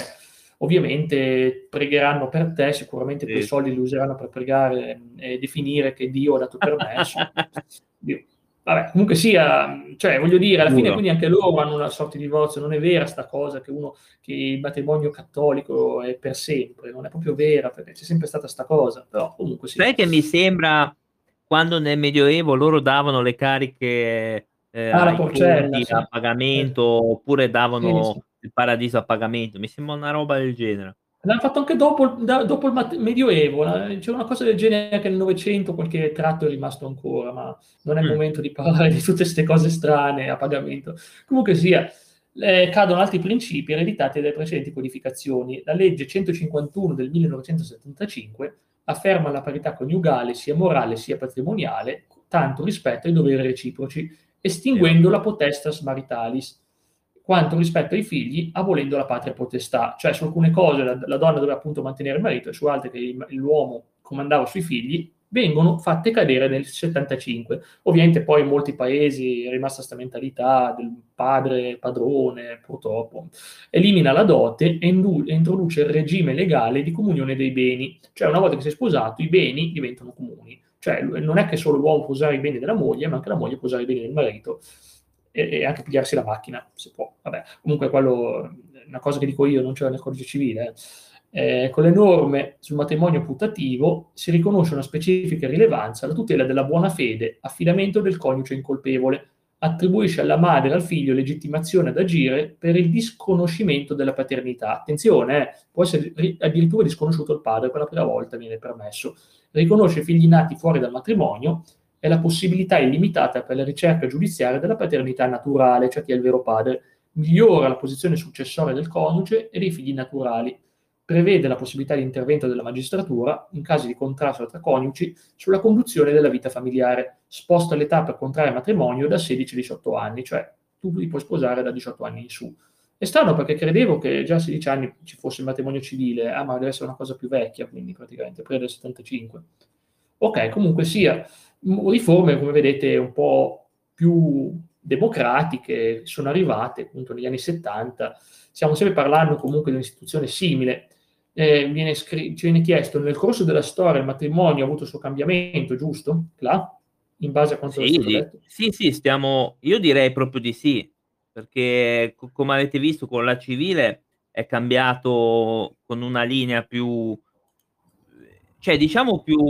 S2: Ovviamente pregheranno per te, sicuramente quei
S1: Sì.
S2: soldi li useranno per pregare e definire che Dio ha dato permesso. Dio. Vabbè, comunque sia, cioè voglio dire, alla fine
S1: Sicuro.
S2: quindi anche loro hanno una sorta di divorzio, non è vera sta cosa che uno che il matrimonio cattolico è per sempre, non è proprio vera, perché c'è sempre stata sta cosa, però comunque sia.
S1: Sai che mi sembra quando nel Medioevo loro davano le cariche, ehm,
S2: Ah, la
S1: ai
S2: porcella,
S1: conti
S2: sì.
S1: a
S2: Certo.
S1: pagamento, oppure
S2: Sì, sì.
S1: davano il paradiso a pagamento. Mi sembra una roba del genere.
S2: L'han fatto anche dopo da dopo il mat Medioevo, la c'è una cosa del genere anche nel Novecento, qualche tratto è rimasto ancora, ma non è il
S1: Mh.
S2: momento di parlare di tutte 'ste cose strane a pagamento. Comunque sia, ehm, cadono altri principi ereditati dalle precedenti codificazioni. La legge centocinquantuno del millenovecentosettantacinque afferma la parità coniugale sia morale sia patrimoniale, tanto rispetto ai doveri reciproci,
S1: Vero.
S2: estinguendo la potestas maritalis, quanto rispetto ai figli, abolendo la patria potestà. Cioè su alcune cose la la donna doveva appunto mantenere il marito e su altre che il l'uomo comandava sui figli, vengono fatte cadere nel settantacinque. Ovviamente poi in molti paesi è rimasta 'sta mentalità del padre padrone, purtroppo. Elimina la dote e indu e introduce il regime legale di comunione dei beni. Cioè una volta che sei sposato i beni diventano comuni. Cioè l non è che solo l'uomo può usare i beni della moglie, ma anche la moglie può usare i beni del marito e e anche pigliarsi la macchina, se può. Vabbè, comunque quello è una cosa che dico io, non c'era nel codice civile, eh. Ehm, con le norme sul matrimonio putativo si riconosce una specifica rilevanza alla tutela della buona fede, affidamento del coniuge incolpevole, attribuisce alla madre e al figlio legittimazione ad agire per il disconoscimento della paternità. Attenzione, eh, può essere ri addirittura disconosciuto il padre, per la prima volta viene permesso. Riconosce i figli nati fuori dal matrimonio e la possibilità illimitata per la ricerca giudiziaria della paternità naturale, cioè chi è il vero padre. Migliora la posizione successoria del coniuge e dei figli naturali. Prevede la possibilità di intervento della magistratura, in casi di contrasto tra coniugi, sulla conduzione della vita familiare. Sposta l'età per contrarre matrimonio da sedici a diciotto anni, cioè tu ti puoi sposare da diciotto anni in su. È strano perché credevo che già a sedici anni ci fosse il matrimonio civile, ah ma deve essere una cosa più vecchia, quindi praticamente prima del settantacinque. Ok, comunque sia, m- riforme come vedete un po' più democratiche sono arrivate appunto negli anni settanta. Stiamo sempre parlando comunque di un'istituzione simile. Eh, viene scri- ci viene chiesto nel corso della storia il matrimonio ha avuto il suo cambiamento, giusto? Là? In base a quanto è
S1: Sì,
S2: stato
S1: di
S2: detto?
S1: sì, sì, stiamo io direi proprio di sì, perché co come avete visto con la civile è cambiato con una linea più uhm, cioè diciamo più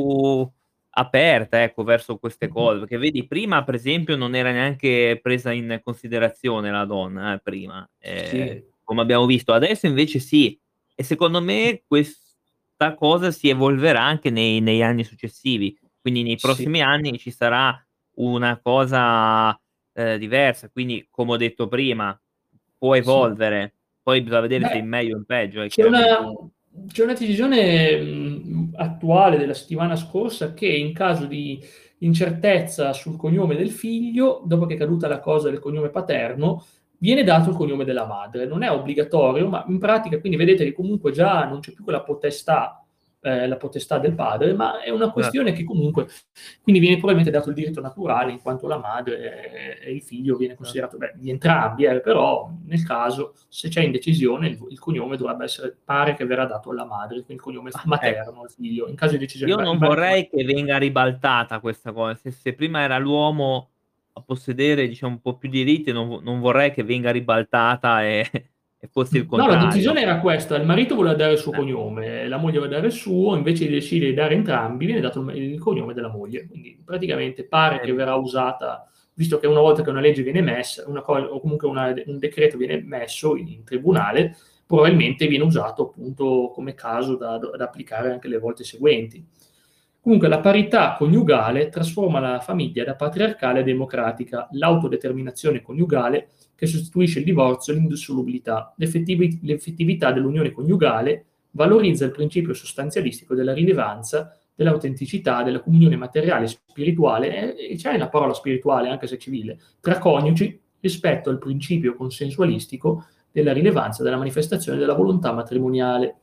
S1: aperta, ecco, verso queste
S2: Mhm.
S1: cose, perché vedi prima per esempio non era neanche presa in considerazione la donna, eh, prima, ehm,
S2: Sì,
S1: come abbiamo visto. Adesso invece sì, e secondo me questa cosa si evolverà anche nei negli anni successivi, quindi nei
S2: sì.
S1: prossimi anni ci sarà una cosa, ehm, diversa, quindi come ho detto prima, può
S2: Sì.
S1: evolvere, poi bisogna vedere se
S2: Beh,
S1: in meglio o in peggio, eh,
S2: c'è una
S1: chiaramente.
S2: c'è una decisione, mhmm, attuale della settimana scorsa che in caso di incertezza sul cognome del figlio, dopo che è caduta la cosa del cognome paterno, viene dato il cognome della madre. Non è obbligatorio, ma in pratica quindi vedete che comunque già non c'è più quella potestà ehm, la potestà del padre, ma è una
S1: Certo.
S2: questione che comunque quindi viene probabilmente dato il diritto naturale, in quanto la madre e il figlio viene
S1: Cer
S2: considerato beh, di entrambi, eh, però nel caso, se c'è indecisione, il il cognome dovrebbe essere pare che verrà dato alla madre, quindi il cognome f
S1: mah, ecco.
S2: materno al figlio, in caso di decisione
S1: Io
S2: ma in
S1: non
S2: ba ma
S1: vorrei che venga ribaltata questa cosa. Se se prima era l'uomo a possedere, diciamo, un po' più diritti, non vo non vorrei che venga ribaltata e e fosse il
S2: no, la
S1: contrario.
S2: decisione era questa: il marito voleva dare il suo
S1: Eh,
S2: cognome, la moglie voleva dare il suo, invece di decidere di dare entrambi, viene dato il m il cognome della moglie. Quindi praticamente pare che
S1: ehm,
S2: verrà usata, visto che una volta che una legge viene emessa, una co o comunque una un decreto viene messo in in tribunale, probabilmente viene usato appunto come caso da do da applicare anche le volte seguenti. Comunque la parità coniugale trasforma la famiglia da patriarcale a democratica, l'autodeterminazione coniugale che sostituisce il divorzio e l'indissolubilità. L'effettivi- l'effettività dell'unione coniugale valorizza il principio sostanzialistico della rilevanza, dell'autenticità, della comunione materiale e spirituale, e, e c'è la parola spirituale, anche se civile, tra coniugi rispetto al principio consensualistico della rilevanza della manifestazione della volontà matrimoniale.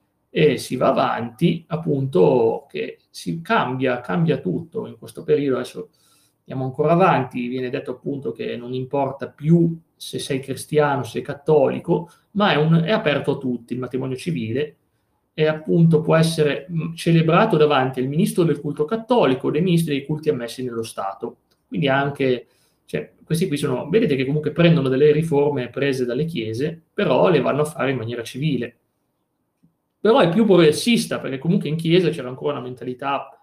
S2: E si va avanti, appunto, che si cambia, cambia tutto in questo periodo. Adesso andiamo ancora avanti, viene detto appunto che non importa più se sei cristiano, se sei cattolico, ma è, un, è aperto a tutti il matrimonio civile e appunto può essere mh, celebrato davanti al ministro del culto cattolico o dei ministri dei culti ammessi nello Stato. Quindi anche, cioè, questi qui sono, vedete che comunque prendono delle riforme prese dalle chiese, però le vanno a fare in maniera civile. Però è più progressista, perché comunque in chiesa c'era ancora una mentalità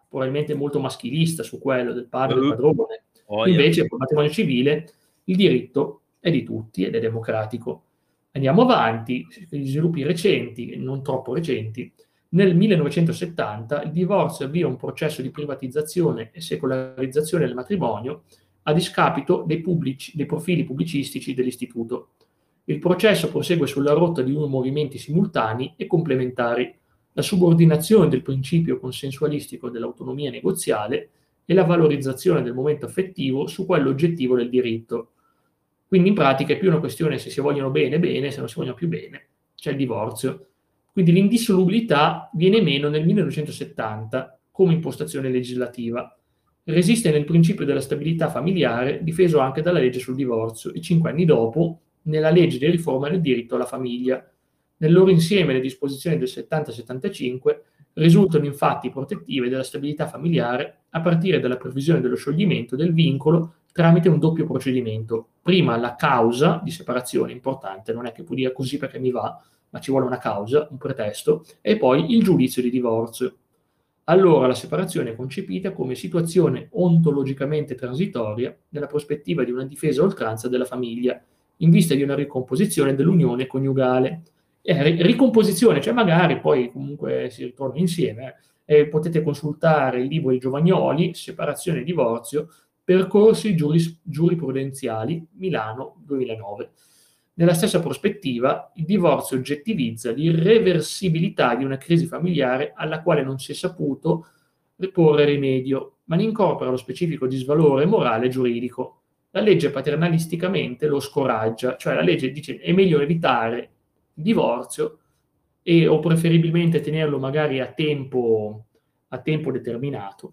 S2: probabilmente molto maschilista su quello del padre del
S1: Uh,
S2: padrone.
S1: Oia.
S2: Invece col matrimonio civile il diritto è di tutti ed è democratico. Andiamo avanti, gli sviluppi recenti, non troppo recenti. Nel millenovecentosettanta il divorzio avvia un processo di privatizzazione e secolarizzazione del matrimonio a discapito dei, pubblici, dei profili pubblicistici dell'istituto. Il processo prosegue sulla rotta di due movimenti simultanei e complementari: la subordinazione del principio consensualistico dell'autonomia negoziale e la valorizzazione del momento affettivo su quello oggettivo del diritto. Quindi in pratica è più una questione se si vogliono bene, bene, se non si vogliono più bene, c'è il divorzio. Quindi l'indissolubilità viene meno nel millenovecentosettanta come impostazione legislativa. Resiste nel principio della stabilità familiare, difeso anche dalla legge sul divorzio, e cinque anni dopo nella legge di riforma del diritto alla famiglia. Nel loro insieme le disposizioni del settanta settantacinque risultano infatti protettive della stabilità familiare a partire dalla previsione dello scioglimento del vincolo tramite un doppio procedimento. Prima la causa di separazione, importante, non è che puoi dire così perché mi va, ma ci vuole una causa, un pretesto, e poi il giudizio di divorzio. Allora la separazione è concepita come situazione ontologicamente transitoria nella prospettiva di una difesa a oltranza della famiglia, in vista di una ricomposizione dell'unione coniugale. Eh, ricomposizione, cioè magari poi comunque si ritorna insieme. Eh. E potete consultare il libro di Giovagnoli, Separazione e divorzio, percorsi giuris- giurisprudenziali, Milano duemilanove. Nella stessa prospettiva, il divorzio oggettivizza l'irreversibilità di una crisi familiare alla quale non si è saputo porre rimedio, ma ne incorpora lo specifico disvalore morale e giuridico. La legge paternalisticamente lo scoraggia, cioè la legge dice è meglio evitare il divorzio e, o preferibilmente tenerlo magari a tempo, a tempo determinato.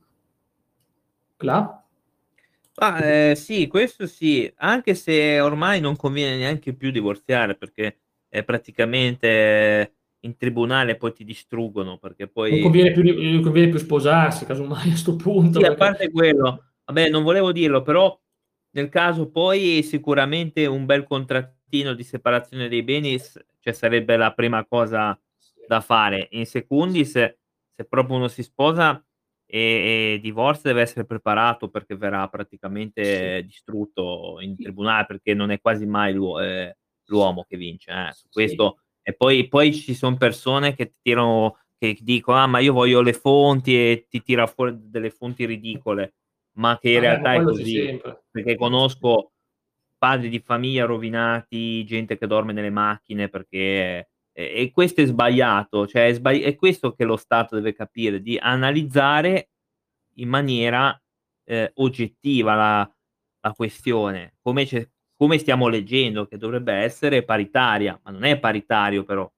S2: Cla?
S1: Ah, eh, sì, questo sì, anche se ormai non conviene neanche più divorziare perché è praticamente in tribunale poi ti distruggono perché
S2: Non
S1: poi
S2: conviene più, non conviene più sposarsi, casomai a sto punto,
S1: sì, a
S2: perché
S1: parte quello, vabbè, non volevo dirlo, però nel caso poi sicuramente un bel contrattino di separazione dei beni s cioè sarebbe la prima cosa da fare. In secundis, se proprio uno si sposa e e divorzia deve essere preparato perché verrà
S2: sì.
S1: praticamente distrutto in tribunale, perché non è quasi mai l'uo ehm, l'uomo che vince, eh, su
S2: Sì.
S1: questo e poi poi ci son persone che ti tirano che dicono: "Ah, ma io voglio le fonti" e ti tira fuori delle fonti ridicole, ma che in
S2: Vabbè, ma
S1: realtà è
S2: quello c'è
S1: così.
S2: sempre.
S1: Perché
S2: Quello c'è sempre.
S1: conosco padri di famiglia rovinati, gente che dorme nelle macchine perché e e questo è sbagliato, cioè è sbagl è questo che lo Stato deve capire, di analizzare in maniera, ehm, oggettiva la la questione, come c'è come stiamo leggendo, che dovrebbe essere paritaria, ma non è paritario però.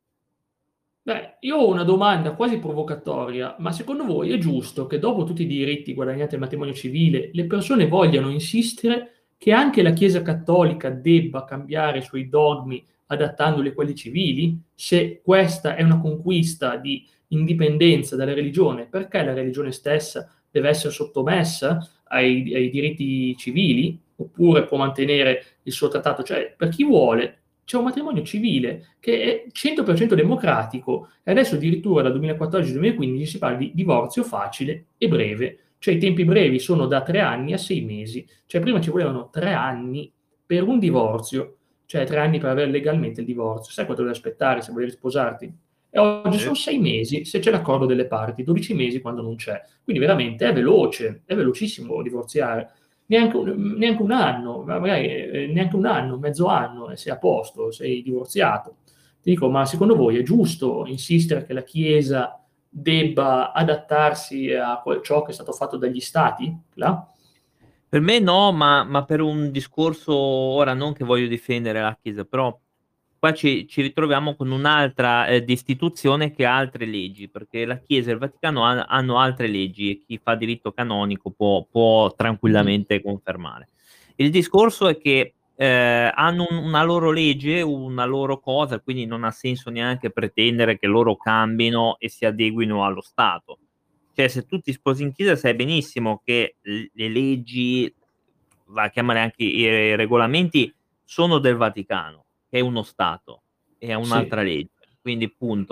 S2: Beh, io ho una domanda quasi provocatoria, ma secondo voi è giusto che dopo tutti i diritti guadagnati al matrimonio civile, le persone vogliano insistere che anche la Chiesa cattolica debba cambiare i suoi dogmi adattandoli a quelli civili? Se questa è una conquista di indipendenza dalla religione, perché la religione stessa deve essere sottomessa ai ai diritti civili? Oppure può mantenere il suo trattato? Cioè, per chi vuole c'è un matrimonio civile che è cento per cento democratico e adesso addirittura dal duemilaquattordici-duemilaquindici si parla di divorzio facile e breve, cioè i tempi brevi sono da tre anni a sei mesi, cioè prima ci volevano tre anni per un divorzio, cioè tre anni per avere legalmente il divorzio, sai quanto devi aspettare se volevi sposarti? E oggi
S1: Sì.
S2: sono sei mesi se c'è l'accordo delle parti, dodici mesi quando non c'è, quindi veramente è veloce, è velocissimo divorziare. Neanche un, neanche un anno, ma magari eh, neanche un anno, mezzo anno e sei a posto, sei divorziato. Ti dico, ma secondo voi è giusto insistere che la Chiesa debba adattarsi a quel- ciò che è stato fatto dagli stati? Là?
S1: Per me no, ma ma per un discorso ora non che voglio difendere la Chiesa, però qua ci ci ritroviamo con un'altra, ehm, istituzione che ha altre leggi, perché la Chiesa e il Vaticano han hanno altre leggi e chi fa diritto canonico può può
S2: Mhm.
S1: tranquillamente confermare. Il discorso è che, ehm, hanno un una loro legge, una loro cosa, quindi non ha senso neanche pretendere che loro cambino e si adeguino allo Stato. Cioè, se tu ti sposi in chiesa sai benissimo che l le leggi, va a chiamare anche i regolamenti, sono del Vaticano, che è uno Stato e ha
S2: Sì,
S1: un'altra legge, quindi punto.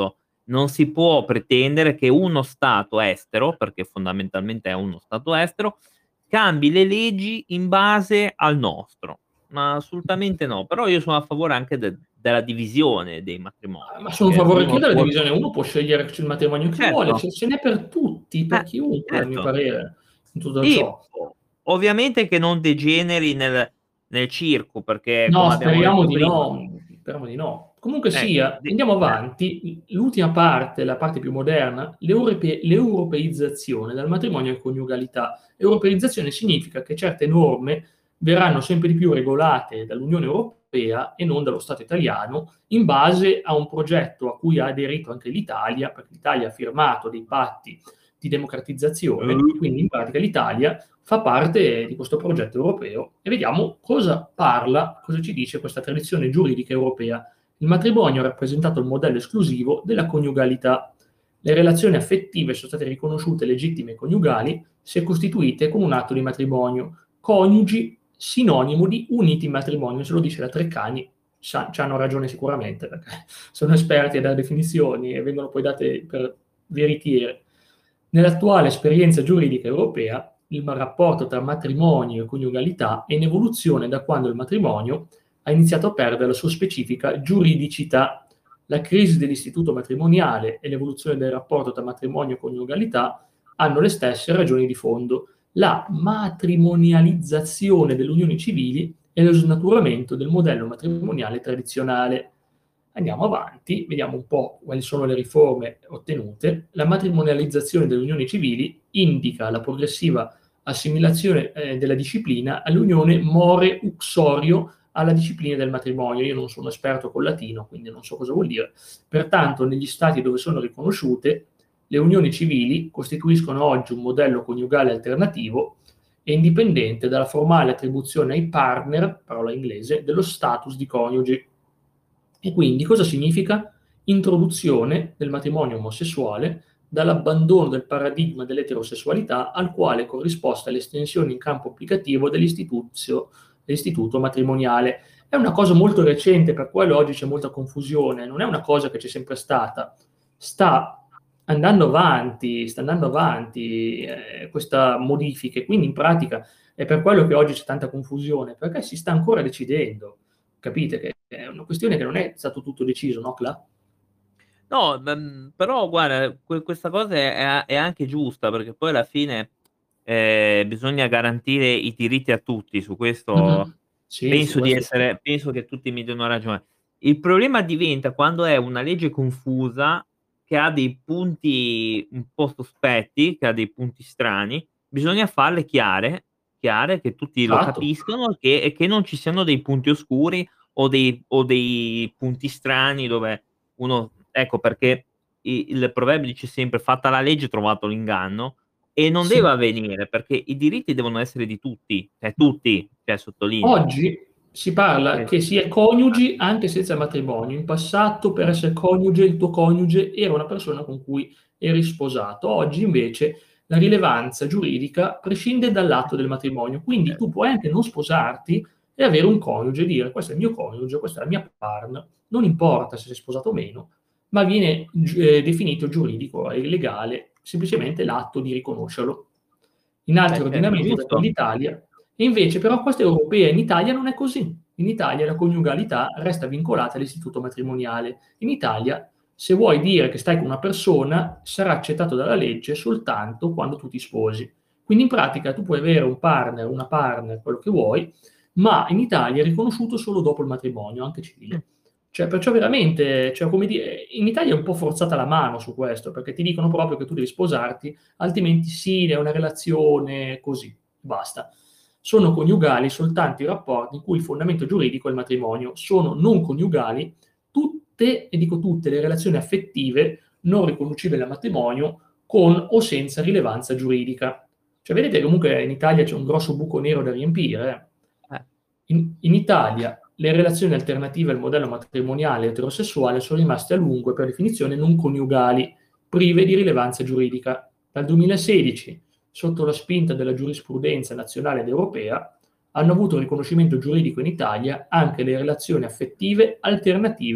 S1: non si può pretendere che uno Stato estero, perché fondamentalmente è uno Stato estero, cambi le leggi in base al nostro. Ma assolutamente no. Però io sono a favore anche de della divisione dei
S2: Ah,
S1: matrimoni,
S2: ma sono a
S1: perché
S2: favore anch'io
S1: uno
S2: della
S1: può
S2: divisione. Uno può scegliere il matrimonio che vuole,
S1: Certo.
S2: ce ce n'è per tutti, per
S1: Eh,
S2: chiunque a mio
S1: certo.
S2: parere, in tutto
S1: Sì,
S2: ciò.
S1: o ovviamente che non degeneri nel nel circo, perché
S2: No,
S1: come abbiamo
S2: speriamo
S1: detto
S2: di
S1: prima
S2: no, speriamo di no. Comunque
S1: Eh,
S2: sia,
S1: di
S2: andiamo
S1: eh.
S2: avanti. L l'ultima parte, la parte più moderna, l'europe l'europeizzazione del matrimonio e coniugalità. Europeizzazione significa che certe norme verranno sempre di più regolate dall'Unione Europea e non dallo Stato italiano, in base a un progetto a cui ha aderito anche l'Italia, perché l'Italia ha firmato dei patti di democratizzazione,
S1: Uh.
S2: quindi in pratica l'Italia fa parte di questo progetto europeo e vediamo cosa parla, cosa ci dice questa tradizione giuridica europea. Il matrimonio ha rappresentato il modello esclusivo della coniugalità. Le relazioni affettive sono state riconosciute legittime e coniugali se costituite con un atto di matrimonio. Coniugi, sinonimo di uniti in matrimonio, se lo dice la Treccani, ci hanno ragione sicuramente, perché sono esperti a dare definizioni e vengono poi date per veritiere. Nell'attuale esperienza giuridica europea, il rapporto tra matrimonio e coniugalità è in evoluzione da quando il matrimonio ha iniziato a perdere la sua specifica giuridicità. La crisi dell'istituto matrimoniale e l'evoluzione del rapporto tra matrimonio e coniugalità hanno le stesse ragioni di fondo: la matrimonializzazione delle unioni civili e lo snaturamento del modello matrimoniale tradizionale. Andiamo avanti, vediamo un po' quali sono le riforme ottenute. La matrimonializzazione delle unioni civili indica la progressiva assimilazione eh, della disciplina all'unione more uxorio alla disciplina del matrimonio. Io non sono esperto col latino, quindi non so cosa vuol dire. Pertanto, negli stati dove sono riconosciute, le unioni civili costituiscono oggi un modello coniugale alternativo e indipendente dalla formale attribuzione ai partner, parola inglese, dello status di coniugi. E quindi cosa significa? Introduzione del matrimonio omosessuale dall'abbandono del paradigma dell'eterosessualità al quale è corrisposta l'estensione in campo applicativo dell'istituzio dell'istituto matrimoniale. È una cosa molto recente, per quello oggi c'è molta confusione, non è una cosa che c'è sempre stata. Sta andando avanti, sta andando avanti eh, questa modifica, e quindi in pratica è per quello che oggi c'è tanta confusione, perché si sta ancora decidendo. Capite che è una questione che non è stato tutto deciso, no Cla?
S1: No, mhmm, però guarda, que questa cosa è è a è anche giusta, perché poi alla fine, ehm, bisogna garantire i diritti a tutti. Su questo
S2: Mh-mh. Sì, su
S1: penso di
S2: questo sì.
S1: essere penso che tutti mi diano ragione. Il problema diventa quando è una legge confusa, che ha dei punti un po' sospetti, che ha dei punti strani, bisogna farle chiare chiare, che tutti lo
S2: Esatto.
S1: capiscono, che e che non ci siano dei punti oscuri o dei o dei punti strani dove uno ecco perché i il proverbio dice sempre: "Fatta la legge, trovato l'inganno", e non
S2: Sì.
S1: deve avvenire, perché i diritti devono essere di tutti, cioè tutti, cioè sottolineo.
S2: Oggi si parla
S1: Eh.
S2: che si è coniugi anche senza matrimonio. In passato per essere coniuge, il tuo coniuge era una persona con cui eri sposato. Oggi invece la rilevanza giuridica prescinde dall'atto del matrimonio, quindi tu puoi anche non sposarti e avere un coniuge e dire: "Questo è il mio coniuge, questa è la mia partner", non importa se sei sposato o meno, ma viene g ehm, definito giuridico e legale semplicemente l'atto di riconoscerlo. In
S1: Beh
S2: altri
S1: certo,
S2: ordinamenti tra cui
S1: giusto.
S2: l'Italia e invece però questa è europea, in Italia non è così. In Italia la coniugalità resta vincolata all'istituto matrimoniale. In Italia, se vuoi dire che stai con una persona, sarà accettato dalla legge soltanto quando tu ti sposi. Quindi in pratica tu puoi avere un partner, una partner, quello che vuoi, ma in Italia è riconosciuto solo dopo il matrimonio, anche
S1: Mh.
S2: civile. Cioè, perciò veramente, cioè come dire, in Italia è un po' forzata la mano su questo, perché ti dicono proprio che tu devi sposarti, altrimenti sì, è una relazione così, basta. Sono coniugali soltanto i rapporti in cui il fondamento giuridico è il matrimonio. Sono non coniugali tutte, e dico tutte, le relazioni affettive non riconducibili al matrimonio con o senza rilevanza giuridica. Cioè vedete che comunque in Italia c'è un grosso buco nero da riempire. eh.
S1: Eh.
S2: In, in Italia le relazioni alternative al modello matrimoniale eterosessuale sono rimaste a lungo e per definizione non coniugali, prive di rilevanza giuridica. Dal duemilasedici, sotto la spinta della giurisprudenza nazionale ed europea, hanno avuto riconoscimento giuridico in Italia anche le relazioni affettive alternative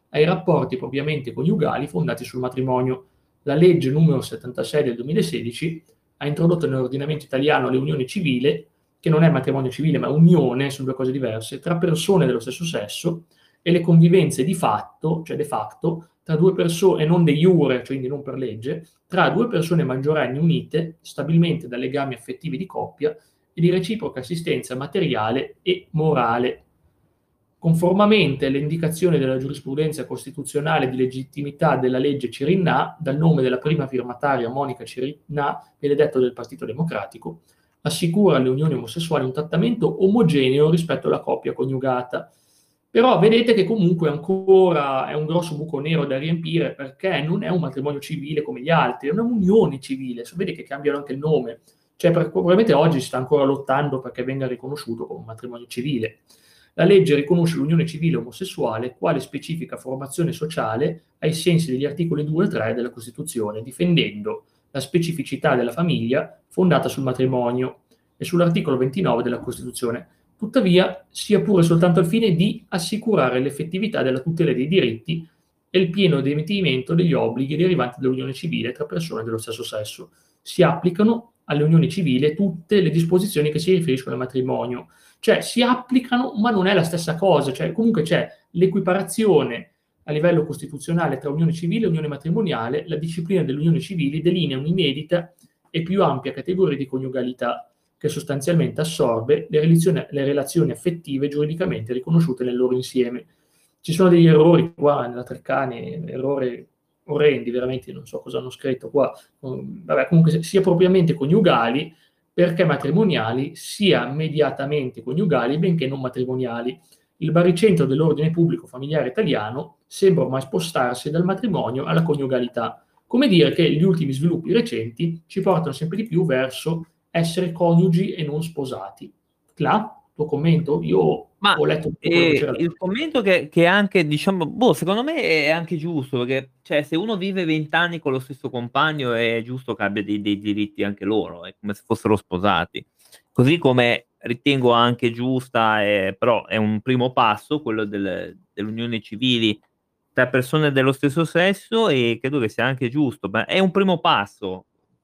S2: ai rapporti propriamente coniugali fondati sul matrimonio. La legge numero settantasei del duemilasedici ha introdotto nell'ordinamento italiano le unioni civili, che non è matrimonio civile ma unione, sono due cose diverse, tra persone dello stesso sesso, e le convivenze di fatto, cioè de facto, tra due persone, e non de iure, cioè quindi non per legge, tra due persone maggiorenni unite stabilmente da legami affettivi di coppia e di reciproca assistenza materiale e morale. Conformamente alle indicazioni della giurisprudenza costituzionale di legittimità della legge Cirinnà, dal nome della prima firmataria Monica Cirinnà, benedetto del Partito Democratico, assicura alle unioni omosessuali un trattamento omogeneo rispetto alla coppia coniugata. Però vedete che comunque ancora è un grosso buco nero da riempire, perché non è un matrimonio civile come gli altri, è un'unione civile. Vedi che cambiano anche il nome. Cioè, probabilmente oggi si sta ancora lottando perché venga riconosciuto come un matrimonio civile. La legge riconosce l'unione civile omosessuale quale specifica formazione sociale ai sensi degli articoli due e tre della Costituzione, difendendo la specificità della famiglia fondata sul matrimonio e sull'articolo ventinove della Costituzione. Tuttavia, sia pure soltanto al fine di assicurare l'effettività della tutela dei diritti e il pieno adempimento degli obblighi derivanti dall'unione civile tra persone dello stesso sesso. Si applicano alle unioni civili tutte le disposizioni che si riferiscono al matrimonio. Cioè, si applicano, ma non è la stessa cosa. Cioè, comunque c'è l'equiparazione a livello costituzionale tra unione civile e unione matrimoniale. La disciplina delle unioni civili delinea un'inedita e più ampia categoria di coniugalità, che sostanzialmente assorbe le relazioni, le relazioni affettive giuridicamente riconosciute nel loro insieme. Ci sono degli errori qua nella Treccani, errori orrendi, veramente non so cosa hanno scritto qua. Vabbè, comunque sia propriamente coniugali, perché matrimoniali, sia mediatamente coniugali, benché non matrimoniali. Il baricentro dell'ordine pubblico familiare italiano sembra ormai spostarsi dal matrimonio alla coniugalità. Come dire che gli ultimi sviluppi recenti ci portano sempre di più verso essere coniugi e non sposati. Cla, tuo commento? Io
S1: Ma,
S2: ho letto tutto quello che
S1: ehm,
S2: c'era.
S1: il commento che che anche diciamo boh, secondo me è anche giusto, perché cioè se uno vive venti anni con lo stesso compagno è giusto che abbia dei dei diritti anche loro, è come se fossero sposati. Così come ritengo anche giusta, ehm, però è un primo passo quello del delle unioni civili tra persone dello stesso sesso, e credo che sia anche giusto, ma è un primo passo.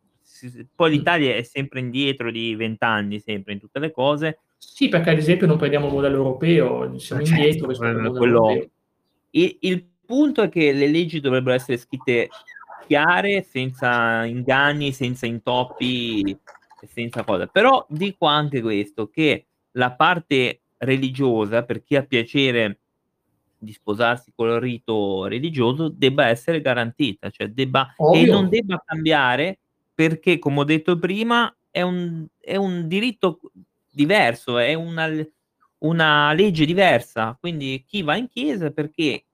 S1: S s poi
S2: Mh.
S1: l'Italia è sempre indietro di venti anni, sempre in tutte le cose.
S2: Sì, perché ad esempio non prendiamo il modello europeo,
S1: Ma
S2: siamo indietro
S1: certo,
S2: rispetto al
S1: quello
S2: modello
S1: quello
S2: europeo.
S1: i il punto è che le leggi dovrebbero essere scritte chiare, senza inganni, senza intoppi e senza cose. Però dico anche questo, che la parte religiosa, per chi ha piacere di sposarsi col rito religioso, debba essere garantita, cioè debba e non
S2: Ovvio.
S1: debba cambiare perché, come ho detto prima, è un è un diritto diverso, è una l una legge diversa. Quindi chi va in chiesa perché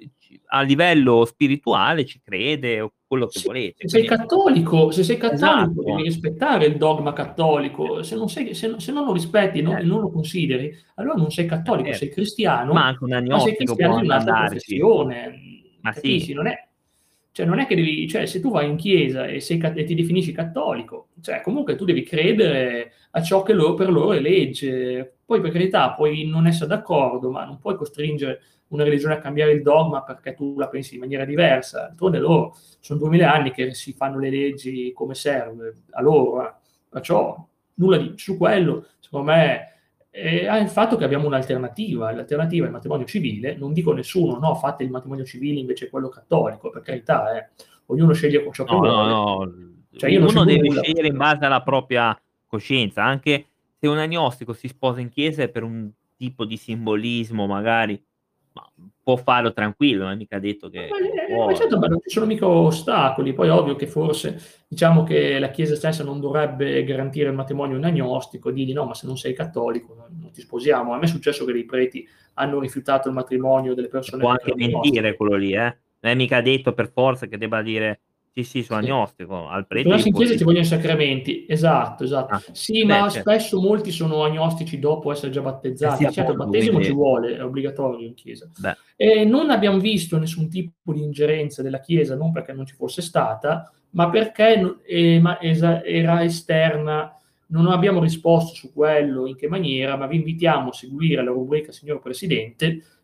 S1: c a livello spirituale ci crede o quello che
S2: Sì,
S1: volete.
S2: se sei
S1: Quindi
S2: cattolico se sei cattolico devi
S1: esatto.
S2: rispettare il dogma cattolico. Se non sei se se non lo rispetti e non e
S1: Certo.
S2: non lo consideri, allora non sei
S1: Ma
S2: cattolico, sei
S1: certo. Ma
S2: cristiano,
S1: anche un
S2: ma sei
S1: agnostico può
S2: cristiano di
S1: anche
S2: un'altra
S1: andarci.
S2: confessione, mhmm,
S1: Ma sì.
S2: capisci? Non è cioè non è che devi cioè se tu vai in chiesa e sei ca e ti definisci cattolico, cioè comunque tu devi credere a ciò che loro per loro è legge. Poi per carità puoi non essere d'accordo, ma non puoi costringere una religione a cambiare il dogma perché tu la pensi in maniera diversa. D'altronde loro son duemila anni che si fanno le leggi come serve, a loro, eh. Perciò nulla di su quello, secondo me e ha il fatto che abbiamo un'alternativa, e l'alternativa è il matrimonio civile. Non dico a nessuno: "No, fate il matrimonio civile invece quello cattolico", per carità, eh. Ognuno sceglie co ciò che
S1: No, no,
S2: vuole.
S1: no, l
S2: Cioè io non
S1: uno
S2: scelgo
S1: deve
S2: nulla.
S1: scegliere in base alla propria coscienza, anche se un agnostico si sposa in chiesa è per un tipo di simbolismo magari, ma può farlo tranquillo, non è mica detto
S2: Ma
S1: che
S2: ma
S1: che non
S2: eh, ma
S1: può.
S2: certo, ma non ci sono mica ostacoli. Poi è ovvio che forse diciamo che la Chiesa stessa non dovrebbe garantire il matrimonio a un agnostico, dirgli: "No, ma se non sei cattolico non non ti sposiamo". A me è successo che dei preti hanno rifiutato il matrimonio delle
S1: E
S2: persone
S1: può
S2: che
S1: anche
S2: erano
S1: mentire
S2: agnostiche.
S1: quello lì, eh. Non è mica detto per forza che debba dire: "Sì, sì, sono
S2: Sì.
S1: agnostico." Al prete
S2: Però
S1: gli
S2: sì in
S1: può
S2: chiesa
S1: dire
S2: ci vogliono i sacramenti. Esatto, esatto.
S1: ah,
S2: Sì,
S1: eh beh,
S2: ma
S1: cer
S2: spesso molti sono agnostici dopo essere già
S1: eh sì,
S2: battezzati. Certo, il
S1: appunto,
S2: battesimo ci
S1: quindi
S2: vuole, è obbligatorio in chiesa.
S1: beh,
S2: E non abbiam visto nessun tipo di ingerenza della Chiesa, non perché non ci fosse stata, ma perché no ehm, ma esa era esterna. Non abbiamo risposto su quello, in che maniera, ma vi invitiamo a seguire la rubrica "Signor Presidente",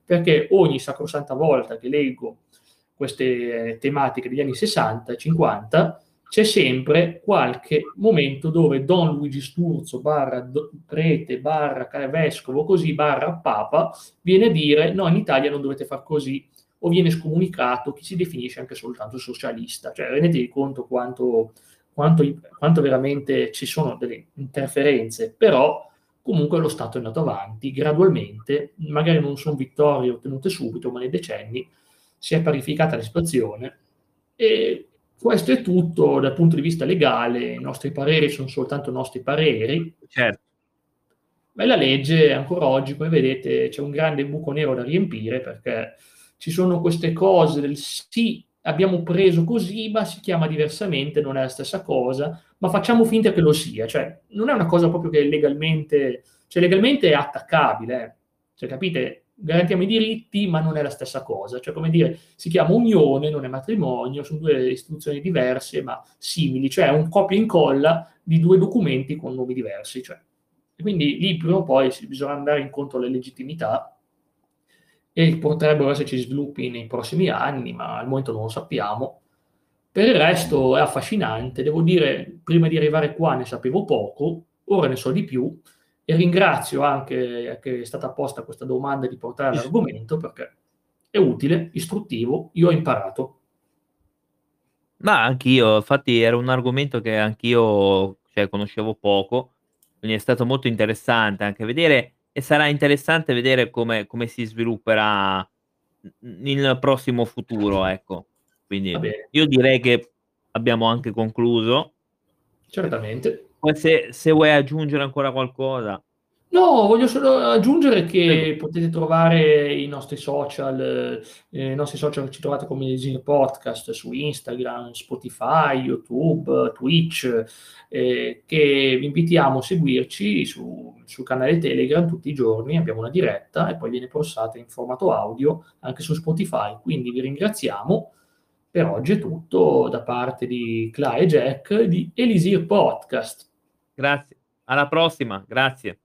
S2: perché ogni sacrosanta volta che leggo queste tematiche degli anni sessanta e cinquanta c'è sempre qualche momento dove Don Luigi Sturzo barra do, prete barra vescovo così barra papa viene a dire no, in Italia non dovete far così, o viene scomunicato chi si definisce anche soltanto socialista. Cioè rendetevi conto quanto, quanto, quanto veramente ci sono delle interferenze, però comunque lo Stato è andato avanti gradualmente, magari non sono vittorie ottenute subito, ma nei decenni si è parificata la situazione e questo è tutto dal punto di vista legale, i nostri pareri sono soltanto nostri pareri.
S1: Certo.
S2: Ma la legge ancora oggi, come vedete, c'è un grande buco nero da riempire perché ci sono queste cose del sì, abbiamo preso così, ma si chiama diversamente, non è la stessa cosa, ma facciamo finta che lo sia. Cioè, non è una cosa proprio che legalmente, cioè legalmente è attaccabile, eh. Cioè, capite? Garantiamo i diritti, ma non è la stessa cosa. Cioè, come dire, si chiama unione, non è matrimonio, sono due istituzioni diverse, ma simili. Cioè, è un copia e incolla di due documenti con nomi diversi. Cioè. Quindi lì prima o poi bisogna andare incontro alle legittimità e potrebbero esserci sviluppi nei prossimi anni, ma al momento non lo sappiamo. Per il resto è affascinante. Devo dire, prima di arrivare qua ne sapevo poco, ora ne so di più. E ringrazio anche che è stata posta questa domanda di portare l'argomento perché è utile, istruttivo, io ho imparato.
S1: Ma anch'io, infatti era un argomento che anch'io, cioè, conoscevo poco, quindi è stato molto interessante anche vedere e sarà interessante vedere come come si svilupperà n nel prossimo futuro, ecco.
S2: Va
S1: Quindi
S2: bene,
S1: io direi che abbiamo anche concluso.
S2: certamente.
S1: Poi se se vuoi aggiungere ancora qualcosa.
S2: No, voglio solo aggiungere
S1: Prego.
S2: che potete trovare i nostri social, ehm, i nostri social ci trovate come Elisir Podcast su Instagram, Spotify, YouTube, Twitch, ehm, che vi invitiamo a seguirci su sul canale Telegram tutti i giorni, abbiamo una diretta e poi viene postata in formato audio anche su Spotify. Quindi vi ringraziamo. Per oggi è tutto da parte di Cla e Jack di Elisir Podcast.
S1: Grazie. Alla prossima, grazie.